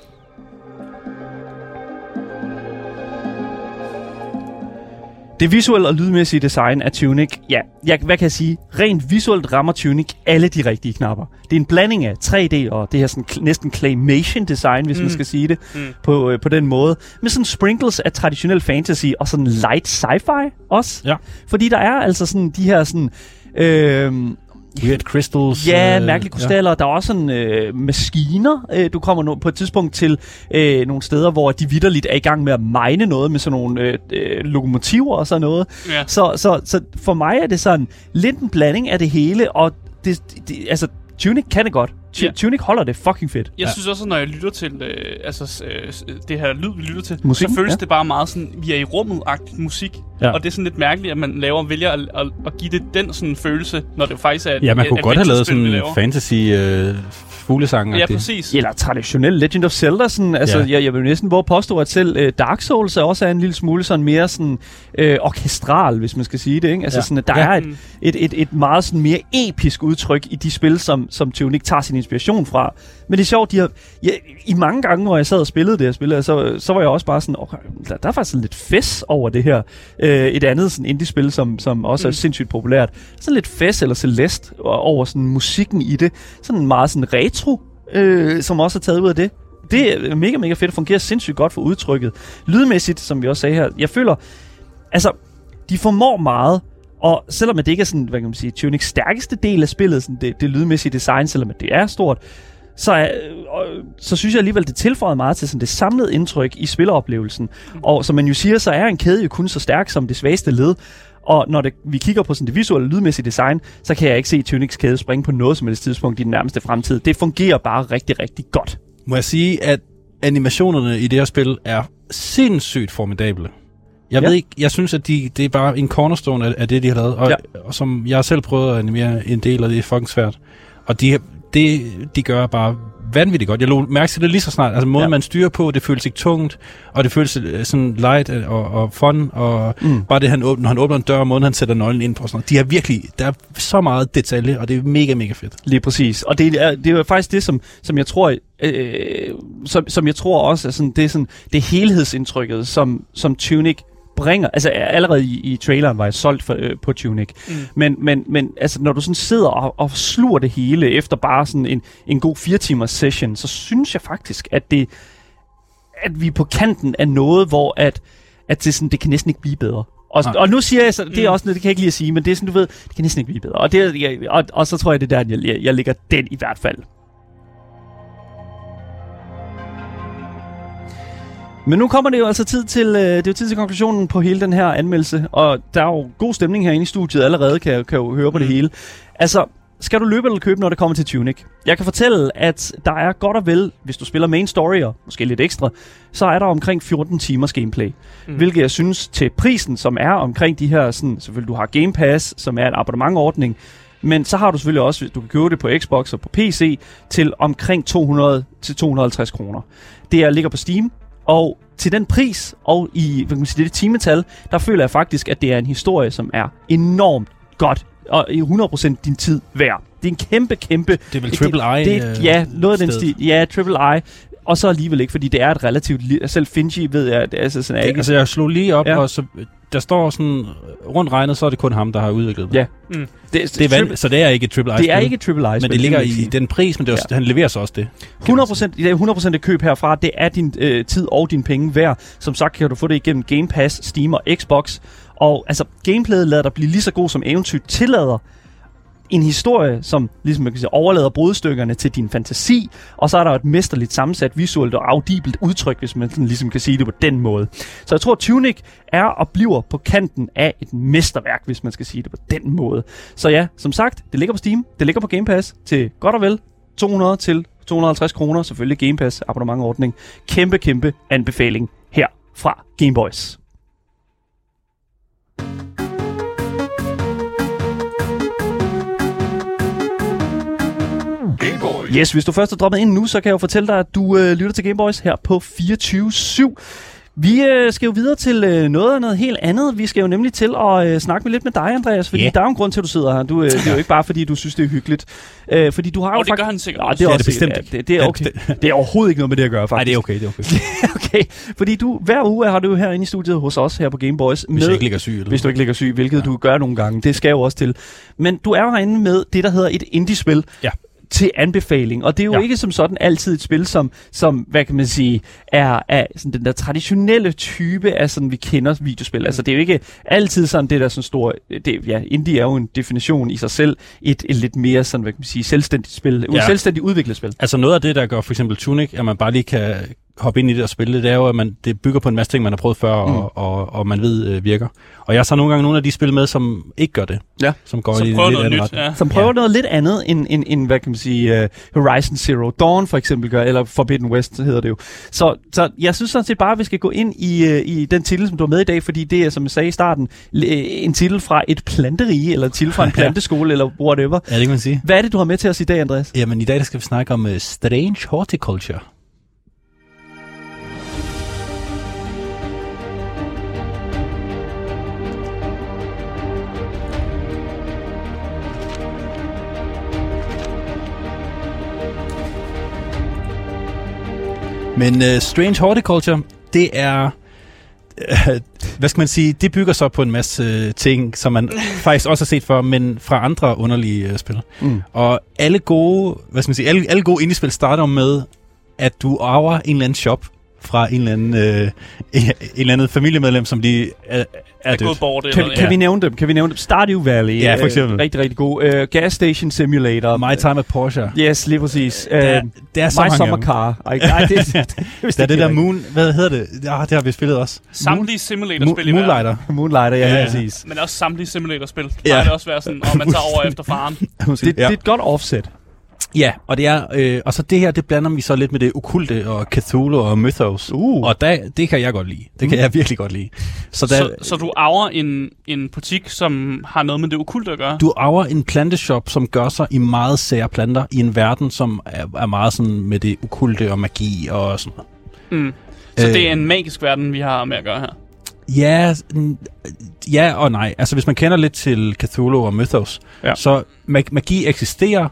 Det visuelle og lydmæssige design af Tunic, ja, jeg, hvad kan jeg sige? Rent visuelt rammer Tunic alle de rigtige knapper. Det er en blanding af tre D og det her sådan kl- næsten claymation design, hvis mm. man skal sige det mm. på, øh, på den måde. Med sådan sprinkles af traditionel fantasy og sådan light sci-fi også. Ja. Fordi der er altså sådan de her sådan... Øh, Weird crystals. Ja, mærkelige krystaller. Ja. Der er også sådan øh, maskiner. Øh, du kommer no- på et tidspunkt til øh, nogle steder, hvor de vitterligt er i gang med at mine noget med sådan nogle øh, øh, lokomotiver og sådan noget. Ja. Så, så, så for mig er det sådan lidt en blanding af det hele, og det, det, altså Tunic kan det godt. T- ja. Tunic holder det fucking fedt. Jeg ja. synes også, når jeg lytter til øh, altså, øh, det her lyd, vi lytter til, musikken, så føles ja. det bare meget sådan, vi er i rummet-agtigt musik. Ja. Og det er sådan lidt mærkeligt, at man laver vælger at, at, at give det den sådan følelse, når det faktisk er ja, man kunne et, godt have lavet sådan en fantasy øh, fuglesang. Ja, præcis. Eller traditionel Legend of Zelda. Sådan, altså, ja. jeg, jeg vil næsten våge påstå, at selv øh, Dark Souls er også er en lille smule sådan mere sådan, øh, orkestral, hvis man skal sige det. Ikke? Altså, ja. sådan, at der ja. er et, et, et, et meget sådan, mere episk udtryk i de spil, som, som Tunic tager sin inspiration fra. Men det er sjovt, de har, ja, i mange gange, hvor jeg sad og spillede det her spil, så, så var jeg også bare sådan, okay, der, der er faktisk sådan lidt fes over det her. Øh, et andet sådan indie-spil, som, som også mm. er sindssygt populært. Sådan lidt fes eller Celeste over sådan musikken i det. Sådan meget sådan retro, øh, som også er taget ud af det. Det er mega, mega fedt. Det fungerer sindssygt godt for udtrykket. Lydmæssigt, som vi også sagde her, jeg føler, altså, de formår meget. Og selvom det ikke er sådan, hvad kan man sige, Tunics stærkeste del af spillet, sådan det, det lydmæssige design, selvom det er stort, så, er, øh, så synes jeg alligevel, det tilføjer meget til sådan det samlede indtryk i spilleroplevelsen. Mm. Og som man jo siger, så er en kæde jo kun så stærk som det svageste led. Og når det, vi kigger på sådan det visuelle lydmæssige design, så kan jeg ikke se Tunics kæde springe på noget som helst tidspunkt i den nærmeste fremtid. Det fungerer bare rigtig, rigtig godt. Må jeg sige, at animationerne i det her spil er sindssygt formidable. Jeg ja. ved ikke, jeg synes, at de, det er bare en cornerstone af, af det, de har lavet. Og, ja. og som jeg har selv prøvet at animere en del, og det er fucking svært. Og de, det, de gør bare vanvittigt godt. Jeg lå mærke til det lige så snart. Altså måden, ja. man styrer på, det føles ikke tungt, og det føles sådan light og, og fun, og mm. bare det, han åbner, når han åbner en dør, og måden, han sætter nøglen ind på. Sådan noget. De er virkelig, der er så meget detalje, og det er mega, mega fedt. Lige præcis. Og det er, det er faktisk det, som, som jeg tror, øh, som, som jeg tror også er sådan, det er sådan, det er helhedsindtrykket, som, som Tunic bringer. Altså allerede i, i traileren var jeg solgt for, øh, på Tunic. Mm. Men, men, men altså, når du sådan sidder og, og sluger det hele efter bare sådan en, en god fire timers session, så synes jeg faktisk, at det at vi er på kanten af noget, hvor at, at det, sådan, det kan næsten ikke blive bedre. Og, og nu siger jeg så, det er også noget, det kan jeg ikke lige at sige, men det er sådan, du ved, det kan næsten ikke blive bedre. Og, det, jeg, og, og så tror jeg, det er der, jeg, jeg, jeg lægger den i hvert fald. Men nu kommer det jo altså tid til, øh, det er jo tid til konklusionen på hele den her anmeldelse, og der er jo god stemning herinde i studiet allerede, kan jeg, kan jeg jo høre på det hele. Altså, skal du løbe eller købe, når det kommer til Tunic? Jeg kan fortælle, at der er godt og vel, hvis du spiller main story og måske lidt ekstra, så er der omkring fjorten timers gameplay. Mm. Hvilket jeg synes til prisen, som er omkring de her, sådan, selvfølgelig du har Game Pass, som er en abonnementordning, men så har du selvfølgelig også, du kan købe det på Xbox og på P C, til omkring to hundrede til to hundrede og halvtreds kroner. Det er, ligger på Steam, og til den pris, og i hvad kan man sige, det timetal, der føler jeg faktisk, at det er en historie, som er enormt godt, og i hundrede procent din tid værd. Det er en kæmpe, kæmpe... Det er vel triple I? Det, det, ja, noget af den stil. Ja, triple I. Og så alligevel ikke, fordi det er et relativt... Li- selv Finji ved jeg, at altså, sådan er det, ikke... Altså, jeg slog lige op, ja. og så... Der står sådan... Rundt regnet, så er det kun ham, der har udviklet det. Ja. Mm. Det, det er vand, så det er ikke et triple I. Det er ikke et triple I. Men det ligger i den pris, men det er også, ja. han leverer så også det. hundrede procent, det er hundrede procent et køb herfra. Det er din øh, tid og dine penge værd. Som sagt kan du få det igennem Game Pass, Steam og Xbox. Og altså, gameplayet lader dig blive lige så god som eventyr tillader. En historie, som ligesom man kan sige, overlader brudstykkerne til din fantasi, og så er der et mesterligt sammensat visuelt og audibelt udtryk, hvis man sådan ligesom kan sige det på den måde. Så jeg tror, Tunic er og bliver på kanten af et mesterværk, hvis man skal sige det på den måde. Så ja, som sagt, det ligger på Steam, det ligger på Game Pass til godt og vel to hundrede til to hundrede og halvtreds kroner, selvfølgelig Game Pass abonnementordning. Kæmpe, kæmpe anbefaling her fra Gameboys. Yes, hvis du først er droppet ind nu, så kan jeg jo fortælle dig, at du øh, lytter til Gameboys her på fireogtyve syv. Vi øh, skal jo videre til øh, noget af noget helt andet. Vi skal jo nemlig til at øh, snakke med lidt med dig, Andreas, fordi yeah. der er jo en grund til, at du sidder her. Du, øh, det er jo ikke bare, fordi du synes, det er hyggeligt. Øh, fordi du har og jo det fakt- gør han sikkert. Nå, det er, ja, også, det er bestemt ja, ikke. det, det, er okay. Det er overhovedet ikke noget med det at gøre, faktisk. Nej, det er okay, det er okay. Okay, fordi du hver uge har du jo herinde i studiet hos os her på Gameboys. Hvis med, du ikke ligger syg. Eller hvis du ikke ligger syg, hvilket ja. du gør nogle gange. Det skal jo også til. Men du er jo herinde med det, der hedder et indie-spil. Ja. Til anbefaling. Og det er jo ja. ikke som sådan altid et spil, som, som hvad kan man sige, er, er sådan den der traditionelle type af sådan, vi kender videospil. Mm. Altså, det er jo ikke altid sådan, det der sådan store... Det, ja, indie er jo en definition i sig selv. Et, et lidt mere sådan, hvad kan man sige, selvstændigt spil. Ja. Selvstændigt udviklet spil. Altså, noget af det, der gør for eksempel Tunic, at man bare lige kan hoppe ind i det og spille det, det er jo, at man, det bygger på en masse ting, man har prøvet før, mm. og, og, og man ved øh, virker. Og jeg tager nogle gange nogle af de spil med, som ikke gør det. Ja. Som går som i prøver lidt noget andet nyt, ja. Som prøver ja. noget lidt andet, end, end, end hvad kan man sige, uh, Horizon Zero Dawn for eksempel gør, eller Forbidden West hedder det jo. Så, så jeg synes sådan set bare, at vi skal gå ind i, uh, i den titel, som du har med i dag, fordi det er, som jeg sagde i starten, en titel fra et planterige, eller en titel fra en planteskole, eller whatever. Ja, det kan man sige. Hvad er det, du har med til os i dag, Andreas? Jamen, i dag der skal vi snakke om uh, Strange Horticulture. Men uh, Strange Horticulture, det er, uh, hvad skal man sige, det bygger så på en masse uh, ting, som man faktisk også har set før, men fra andre underlige uh, spil. Mm. Og alle gode, hvad skal man sige, alle, alle gode indie-spil starter med, at du arver en eller anden shop fra en eller anden, øh, en eller anden familiemedlem, som de er, er dødt. Bort, kan, kan, ja. vi nævne dem? Kan vi nævne dem? Stardew Valley. Ja, for eksempel. Øh, rigtig, rigtig god. Uh, Gas Station Simulator. My Time at Porsche. Yes, lige præcis. Uh, der, der er så My mange Summer Car. Ej, nej, det, det, det, der er det der Moon... Hvad hedder det? Ja, det har vi spillet også. Samtlige simulatorspil i verden. Moonlighter. Moonlighter, ja, ja, præcis. Men også samtlige simulatorspil. Ja. Det kan også være sådan, og man tager over efter faren. det, det er et godt offset. Ja, og det er øh, og så det her, det blander vi så lidt med det okkulte og Cthulhu og Mythos. Uh. Og der, det kan jeg godt lide. Det kan mm. jeg virkelig godt lide. Så, der, så, så du arver en, en butik, som har noget med det okkulte at gøre? Du arver en planteshop, som gør sig i meget sære planter i en verden, som er, er meget sådan med det okkulte og magi og sådan noget. Mm. Så øh, det er en magisk verden, vi har med at gøre her? Ja, ja og nej. Altså hvis man kender lidt til Cthulhu og Mythos, ja. så mag- magi eksisterer,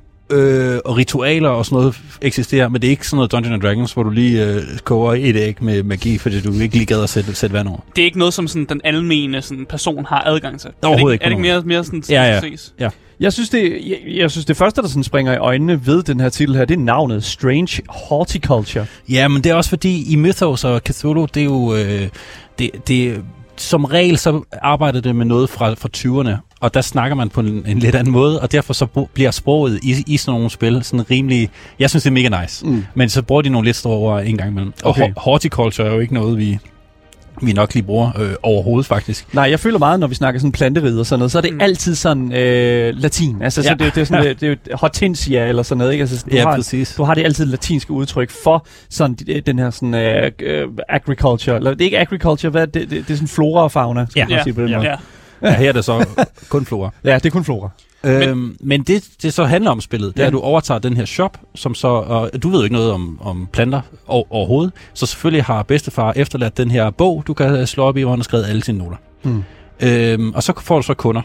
øh, og ritualer og sådan noget eksisterer, men det er ikke sådan noget Dungeons and Dragons, hvor du lige øh, koger et æg med magi, fordi du ikke lige gad at sætte, sætte vand over. Det er ikke noget, som sådan, den almene sådan, person har adgang til? Overhovedet ikke. Er det ikke mere, mere sådan, ja, ja. ses? Ja. Jeg synes, det, jeg, jeg synes, det første, der sådan springer i øjnene ved den her titel her, det er navnet Strange Horticulture. Ja, men det er også fordi, i Mythos og Cthulhu, det er jo... Øh, det, det, som regel, så arbejder det med noget fra, fra tyverne, og der snakker man på en, en lidt anden måde, og derfor så br- bliver sproget i, i sådan nogle spil sådan rimelig... Jeg synes, det er mega nice, mm. men så bruger de nogle lidt store ord en gang imellem. Okay. Og ho- horticulture er jo ikke noget, vi... vi nok lige bruger øh, overhovedet, faktisk. Nej, jeg føler meget, når vi snakker sådan planteriget og sådan noget, så er det mm. altid sådan øh, latin. Altså, ja. så det, det er sådan, det, det er jo hortensia eller sådan noget, ikke? Altså, du ja, har, præcis. Du har det altid latinske udtryk for sådan den her sådan øh, agriculture. Eller det er ikke agriculture, hvad det, det, det er sådan flora og fauna, skal ja. man sige på den ja. måde. Ja. Ja, her er det så kun flora. Ja, det er kun flora. Øhm, men men det, det så handler om spillet, det er, at du overtager den her shop, som så, og du ved jo ikke noget om, om planter over, overhovedet, så selvfølgelig har bedstefar efterladt den her bog, du kan slå op i, hvor han har skrevet alle sine noter. Hmm. Øhm, og så får du så kunder.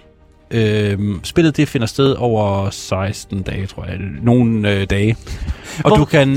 Øhm, spillet det finder sted over seksten dage, tror jeg, nogle øh, dage. Og hvor... du kan...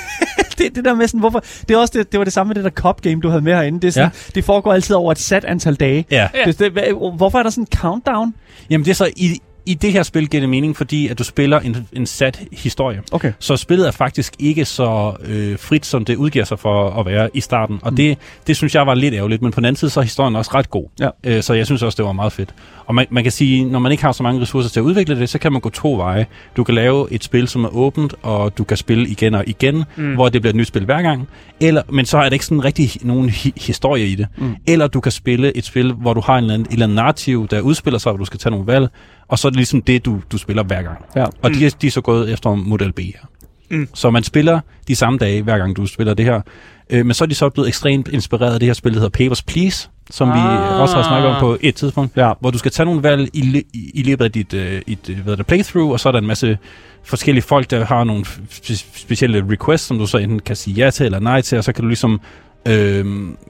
det, det der med sådan, hvorfor... Det, er også det, det var det samme med det der Cop Game, du havde med herinde. Det, er sådan, ja. det foregår altid over et sat antal dage. Ja. Det, det, hvorfor er der sådan en countdown? Jamen det er så... I, I det her spil giver det mening, fordi at du spiller en, en sat historie. Okay. Så spillet er faktisk ikke så øh, frit, som det udgiver sig for at være i starten. Og mm. det, det synes jeg var lidt ærgerligt, men på den anden side så er historien også ret god. Ja. Øh, så jeg synes også, det var meget fedt. Og man, man kan sige, når man ikke har så mange ressourcer til at udvikle det, så kan man gå to veje. Du kan lave et spil, som er åbent, og du kan spille igen og igen, mm. hvor det bliver et nyt spil hver gang. Eller, men så er der ikke sådan rigtig nogen hi- historie i det. Mm. Eller du kan spille et spil, hvor du har en eller anden, en eller anden narrativ, der udspiller sig, hvor du skal tage nogle valg, og så er det ligesom det, du, du spiller hver gang. Ja. Og mm. de, de er så gået efter model B her. Mm. Så man spiller de samme dage, hver gang du spiller det her. Øh, men så er de så blevet ekstremt inspireret af det her spil, der hedder Papers, Please, som ah. vi også har snakket om på et tidspunkt, ja. hvor du skal tage nogle valg i, i, i løbet af dit, uh, et, hvad der, playthrough, og så er der en masse forskellige folk, der har nogle f- specielle requests, som du så enten kan sige ja til eller nej til, og så kan du ligesom øh,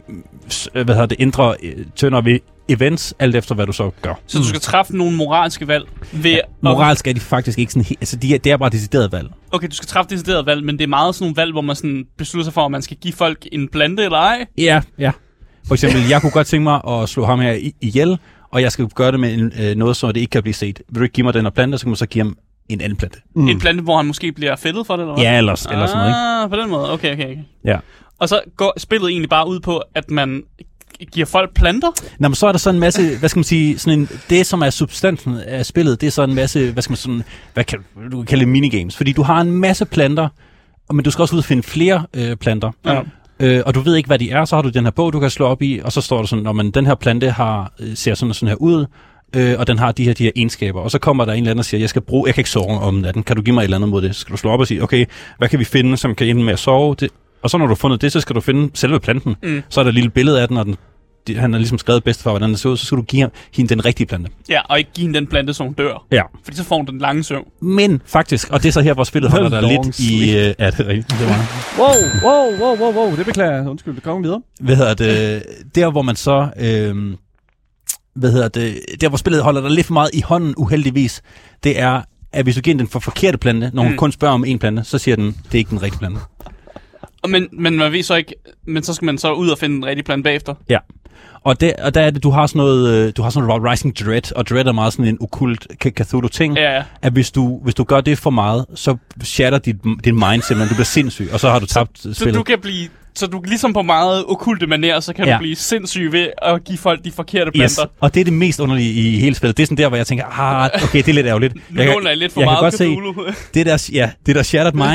hvad hedder det, ændre tønder ved events, alt efter hvad du så gør. Så du skal træffe nogle moralske valg ved... Ja, moralsk er de faktisk ikke sådan... He- altså, de er, det er bare decideret valg. Okay, du skal træffe decideret valg, men det er meget sådan nogle valg, hvor man sådan beslutter sig for, om man skal give folk en plante eller ej. Ja, ja. For eksempel, jeg kunne godt tænke mig at slå ham her ihjel, og jeg skal gøre det med en, øh, noget, så det ikke kan blive set. Vil du ikke give mig den her plante, så kan man så give ham en anden plante. Mm. En plante, hvor han måske bliver fældet for det, eller hvad? Ja, eller, eller sådan noget, ikke? Ah, på den måde. Okay, okay, okay. Ja. Og så går spillet egentlig bare ud på, at man giver folk planter? Nå, men så er der sådan en masse, hvad skal man sige, sådan en, det som er substansen af spillet, det er sådan en masse, hvad skal man sådan, hvad kan du kan kalde det minigames, fordi du har en masse planter, men du skal også ud og finde flere øh, planter. Ja. Øh, og du ved ikke, hvad de er, så har du den her bog, du kan slå op i, og så står der sådan, når man den her plante har, ser sådan, sådan her ud, øh, og den har de her, de her egenskaber, og så kommer der en eller anden og siger, jeg skal bruge, jeg kan ikke sove om natten, kan du give mig et eller andet mod det? Så skal du slå op og sige, okay, hvad kan vi finde, som kan ende med at sove? Det, og så når du har fundet det, så skal du finde selve planten. Mm. Så er der et lille billede af den, og den, de, han har ligesom skrevet bedst for, hvordan den ser ud, så skal du give hende den rigtige plante. Ja, og ikke give hende den plante, som hun dør. Ja. Fordi så får hun den lange søvn. Men faktisk, og det er så her, hvor spillet holder der lidt i... Uh, ja, det er rigtigt. Det var. Wow, wow, wow, wow, wow, det beklager jeg. Undskyld, det kommer videre. Hvad hedder det? Der, hvor man så... Øh, hvad hedder det? Der, hvor spillet holder der lidt for meget i hånden, uheldigvis, det er, at hvis du giver den for forkerte plante, når hun mm. kun spørger om en plante, så siger den, det er ikke den rigtige plante. Men, men man ved så ikke, men så skal man så ud og finde en rigtig plan bagefter. Ja. Og, det, og der er det, du har sådan noget, du har sådan noget Rising Dread, og Dread er meget sådan en okkult Cthulhu-ting, ja, ja. At hvis du, hvis du gør det for meget, så shatter dit, din mind simpelthen, du bliver sindssyg, og så har du tabt så, spillet. Så du kan blive, så du ligesom på meget okkulte manér, så kan ja. du blive sindssyg ved at give folk de forkerte planter. Yes. Og det er det mest underlige i hele spillet. Det er sådan der, hvor jeg tænker, ah, okay, det er lidt ærgerligt. Jeg, jeg er lidt for jeg meget kan godt se, det der, ja, det der shattered mind,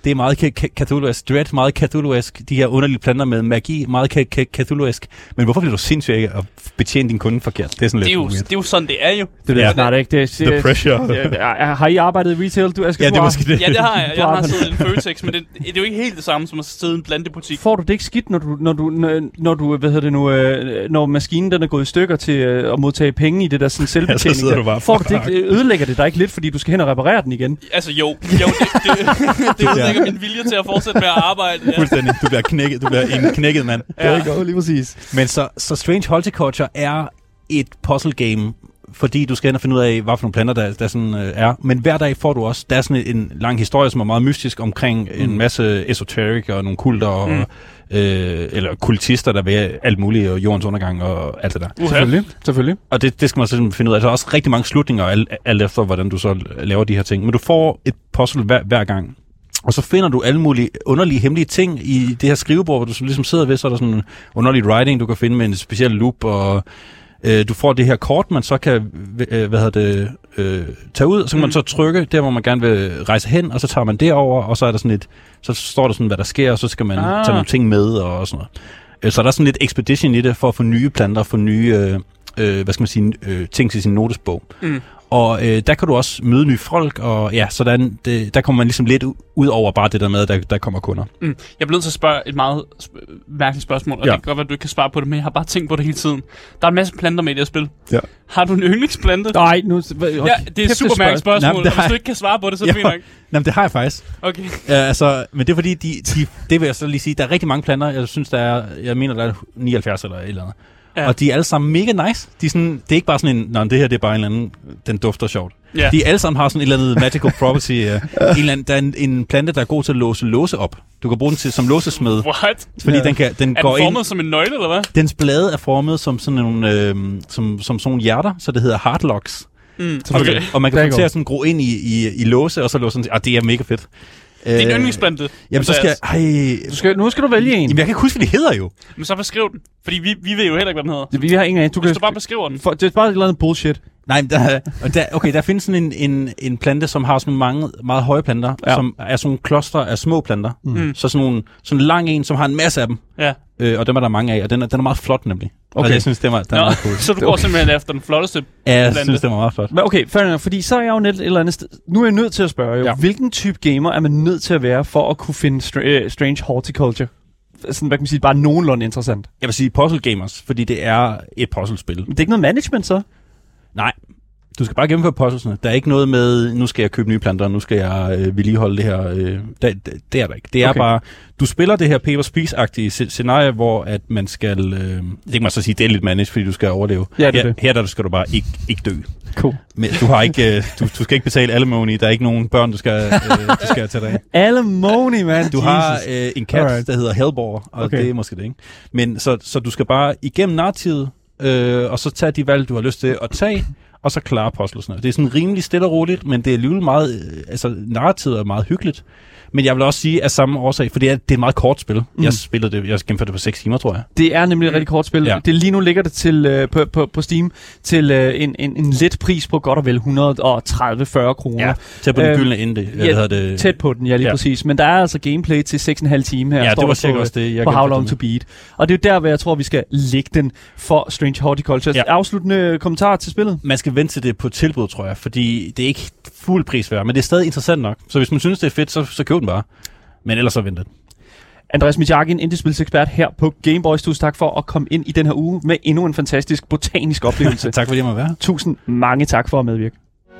Det er meget Cthulhu-esk. Dread, meget Cthulhu-esk. De her underlige planter med magi, meget Cthulhu-esk. Men hvorfor bliver du sindssygt ikke at betjene din kunde forkert? Det er sådan lidt det er jo, det er jo sådan, det er jo. Det er ja. snart ikke. Det er, The pressure. Ja, har I arbejdet i retail? Du, Asger, ja, det er måske det. Ja, det har jeg. Jeg har siddet i en Føtex, men det, det er jo ikke helt det samme som at sidde i en plantebutik. Får du det ikke skidt, når du, når du, når du hvad hedder det nu, øh, når maskinen den er gået i stykker til øh, at modtage penge i det der sådan selvbetjening? Ja, der, får du det ikke, ødelægger det dig ikke lidt, fordi du skal hen og reparere den igen? Altså jo, jo det, det, det ødelægger min vilje til at fortsætte med at arbejde. Ja. Fuldstændig. Du bliver knækket, du bliver en knækket mand. Ja, det går lige præcis. Men så, så Strange Horticulture er et puzzle game, fordi du skal hen og finde ud af, hvad for nogle planter der, der sådan, øh, er. Men hver dag får du også, der er sådan en, en lang historie, som er meget mystisk omkring mm. en masse esoterik og nogle kulter, og, mm. øh, eller kultister, der vil alt muligt, og jordens undergang og alt det der. Uh-huh. Selvfølgelig. Selvfølgelig. Og det, det skal man så finde ud af. Der er også rigtig mange slutninger, alt, alt efter, hvordan du så laver de her ting. Men du får et puzzle hver, hver gang. Og så finder du alle mulige underlige, hemmelige ting i det her skrivebord, hvor du så ligesom sidder ved, så er der sådan en underlig writing, du kan finde med en speciel loop, og øh, du får det her kort, man så kan øh, hvad hedder det, øh, tage ud, og så kan mm. man så trykke der, hvor man gerne vil rejse hen, og så tager man det over, og så er der sådan et, så står der sådan, hvad der sker, og så skal man ah. tage nogle ting med, og sådan noget. Så der er sådan lidt expedition i det, for at få nye planter, få nye, øh, øh, hvad skal man sige, øh, ting til sin notesbog. Mm. Og øh, der kan du også møde nye folk, og ja, så der, det, der kommer man ligesom lidt ud over bare det der med, at der, der kommer kunder. Mm. Jeg bliver nødt til at spørge et meget sp- mærkeligt spørgsmål, og ja. Det kan godt være, at du ikke kan svare på det, men jeg har bare tænkt på det hele tiden. Der er en masse planter med i det her spil. Ja. Har du en yndlingsplante? Nej, nu... Ja, det er et super mærkeligt spørgsmål, Jamen, og hvis du ikke kan svare på det, så er det fint nok. Jamen, det har jeg faktisk. Okay. Ja, altså, men det er fordi, de, de, det vil jeg så lige sige, der er rigtig mange planter. Jeg synes, der er, jeg mener, der er nioghalvfjerds eller et eller andet. Ja. Og de er alle sammen mega nice. De er sådan, det er ikke bare sådan en, nej, det her det er bare en eller anden, den dufter sjovt. Ja. De alle sammen har sådan et eller andet magical property. Uh, en eller anden, der er en, en plante, der er god til at låse låse op. Du kan bruge den til, som låsesmed. What? Fordi ja. den, kan, den er går den formet ind, som en nøgle, eller hvad? Dens blade er formet som sådan nogle, øh, som, som sådan nogle hjerter, så det hedder heartlocks. Mm, okay. og, og man kan få til at sådan gro ind i, i, i låse, og så låse den til. Ah, det er mega fedt. Det er en yndlingsplante. Jamen, så skal jeg... Ej, du skal, nu skal du vælge en. Jamen, jeg kan ikke huske, hvad de hedder jo. Men så beskriv den. Fordi vi, vi ved jo heller ikke, hvad den hedder. Vi har ingen af. Du Hvis kan, du bare beskriver den. For, det er bare et eller andet bullshit. Nej, der, der, okay, der findes sådan en, en, en plante, som har sådan mange meget høje planter, ja. Som er sådan nogle kloster af små planter. Mm. Så sådan, nogle, sådan en lang en, som har en masse af dem. Ja. Øh, og dem er der mange af, og den er, den er meget flot nemlig. Okay. Og jeg synes, det var, den er meget cool. Så du går okay. simpelthen efter den flotteste ja, jeg plante. synes, det var meget flot. Men okay, fair, fordi så er jeg jo net et eller andet sted. Nu er jeg nødt til at spørge jo, ja. Hvilken type gamer er man nødt til at være for at kunne finde stra- uh, Strange Horticulture? Sådan, hvad kan man sige, bare nogenlunde interessant. Jeg vil sige puzzle gamers, fordi det er et puzzlespil. Men det er ikke noget management så? Nej. Du skal bare gennemføre puzzlesene. Der er ikke noget med, nu skal jeg købe nye planter, nu skal jeg øh, vedligeholde det her. Øh, det, det, det er der ikke. Det er okay. Bare, du spiller det her Papers, Please-agtige scenarie, hvor at man skal, øh, det kan man så sige, det er lidt manage, fordi du skal overleve. Ja, det her, det. her der skal du bare ikke, ikke dø. Cool. Men du har ikke, øh, du, du skal ikke betale alimony. Der er ikke nogen børn, du skal, øh, du skal tage dig af. Alimony, man. Du Jesus. har øh, en kat, Alright. der hedder Hellbore, og okay. det er måske det, ikke? Men så, så du skal bare igennem narrativet, øh, og så tage de valg, du har lyst til at tage, og så klare puzzlesene. Det er sådan rimelig stille og roligt, men det er alligevel meget, altså narrativet er meget hyggeligt. Men jeg vil også sige af samme årsag, for det er, det er et meget kort spil. Mm. Jeg spillede det, jeg gennemførte det på seks timer, tror jeg. Det er nemlig et rigtig kort spil. Ja. Det lige nu ligger det til, uh, på, på, på Steam til uh, en, en, en let pris på godt og vel et hundrede og tredive til fyrre kroner. Ja, tæt på den gyldne ende. Ja, det. Tæt på den, ja lige ja. præcis. Men der er altså gameplay til seks og en halv time her. Ja, det var sikkert også det, jeg på How Long to Beat. Og det er jo der, hvor jeg tror, vi skal lægge den for Strange Horticulture. Ja. Afsluttende kommentar til spillet? Man skal vente til det på tilbud, tror jeg, fordi det er ikke fuld pris værd, men det er stadig interessant nok. Så hvis man synes, det er fedt, så, så køb den bare. Men ellers så venter den. Andreas Mitjakin, indiespilsekspert her på Gameboys. Tusind tak for at komme ind i den her uge med endnu en fantastisk botanisk oplevelse. Tak fordi jeg må være. Tusind mange tak for at medvirke.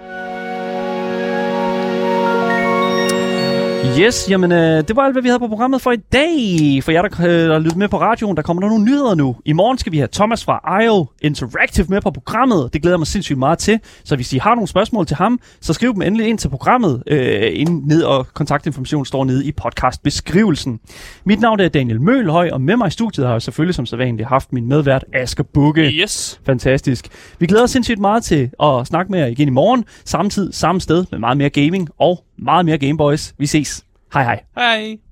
Yes, jamen øh, det var alt, hvad vi havde på programmet for i dag. For jer, der, øh, der lytter med på radioen, der kommer der nogle nyheder nu. I morgen skal vi have Thomas fra I O Interactive med på programmet. Det glæder jeg mig sindssygt meget til. Så hvis I har nogle spørgsmål til ham, så skriv dem endelig ind til programmet. Øh, ind ned, og kontaktinformation står nede i podcastbeskrivelsen. Mit navn er Daniel Mølhøj, og med mig i studiet har jeg selvfølgelig som sædvanligt haft min medvært Asger Bugge. Yes. Fantastisk. Vi glæder os sindssygt meget til at snakke med jer igen i morgen. Samme tid, samme sted med meget mere gaming og meget mere Gameboys. Vi ses. Hej hej. Hej.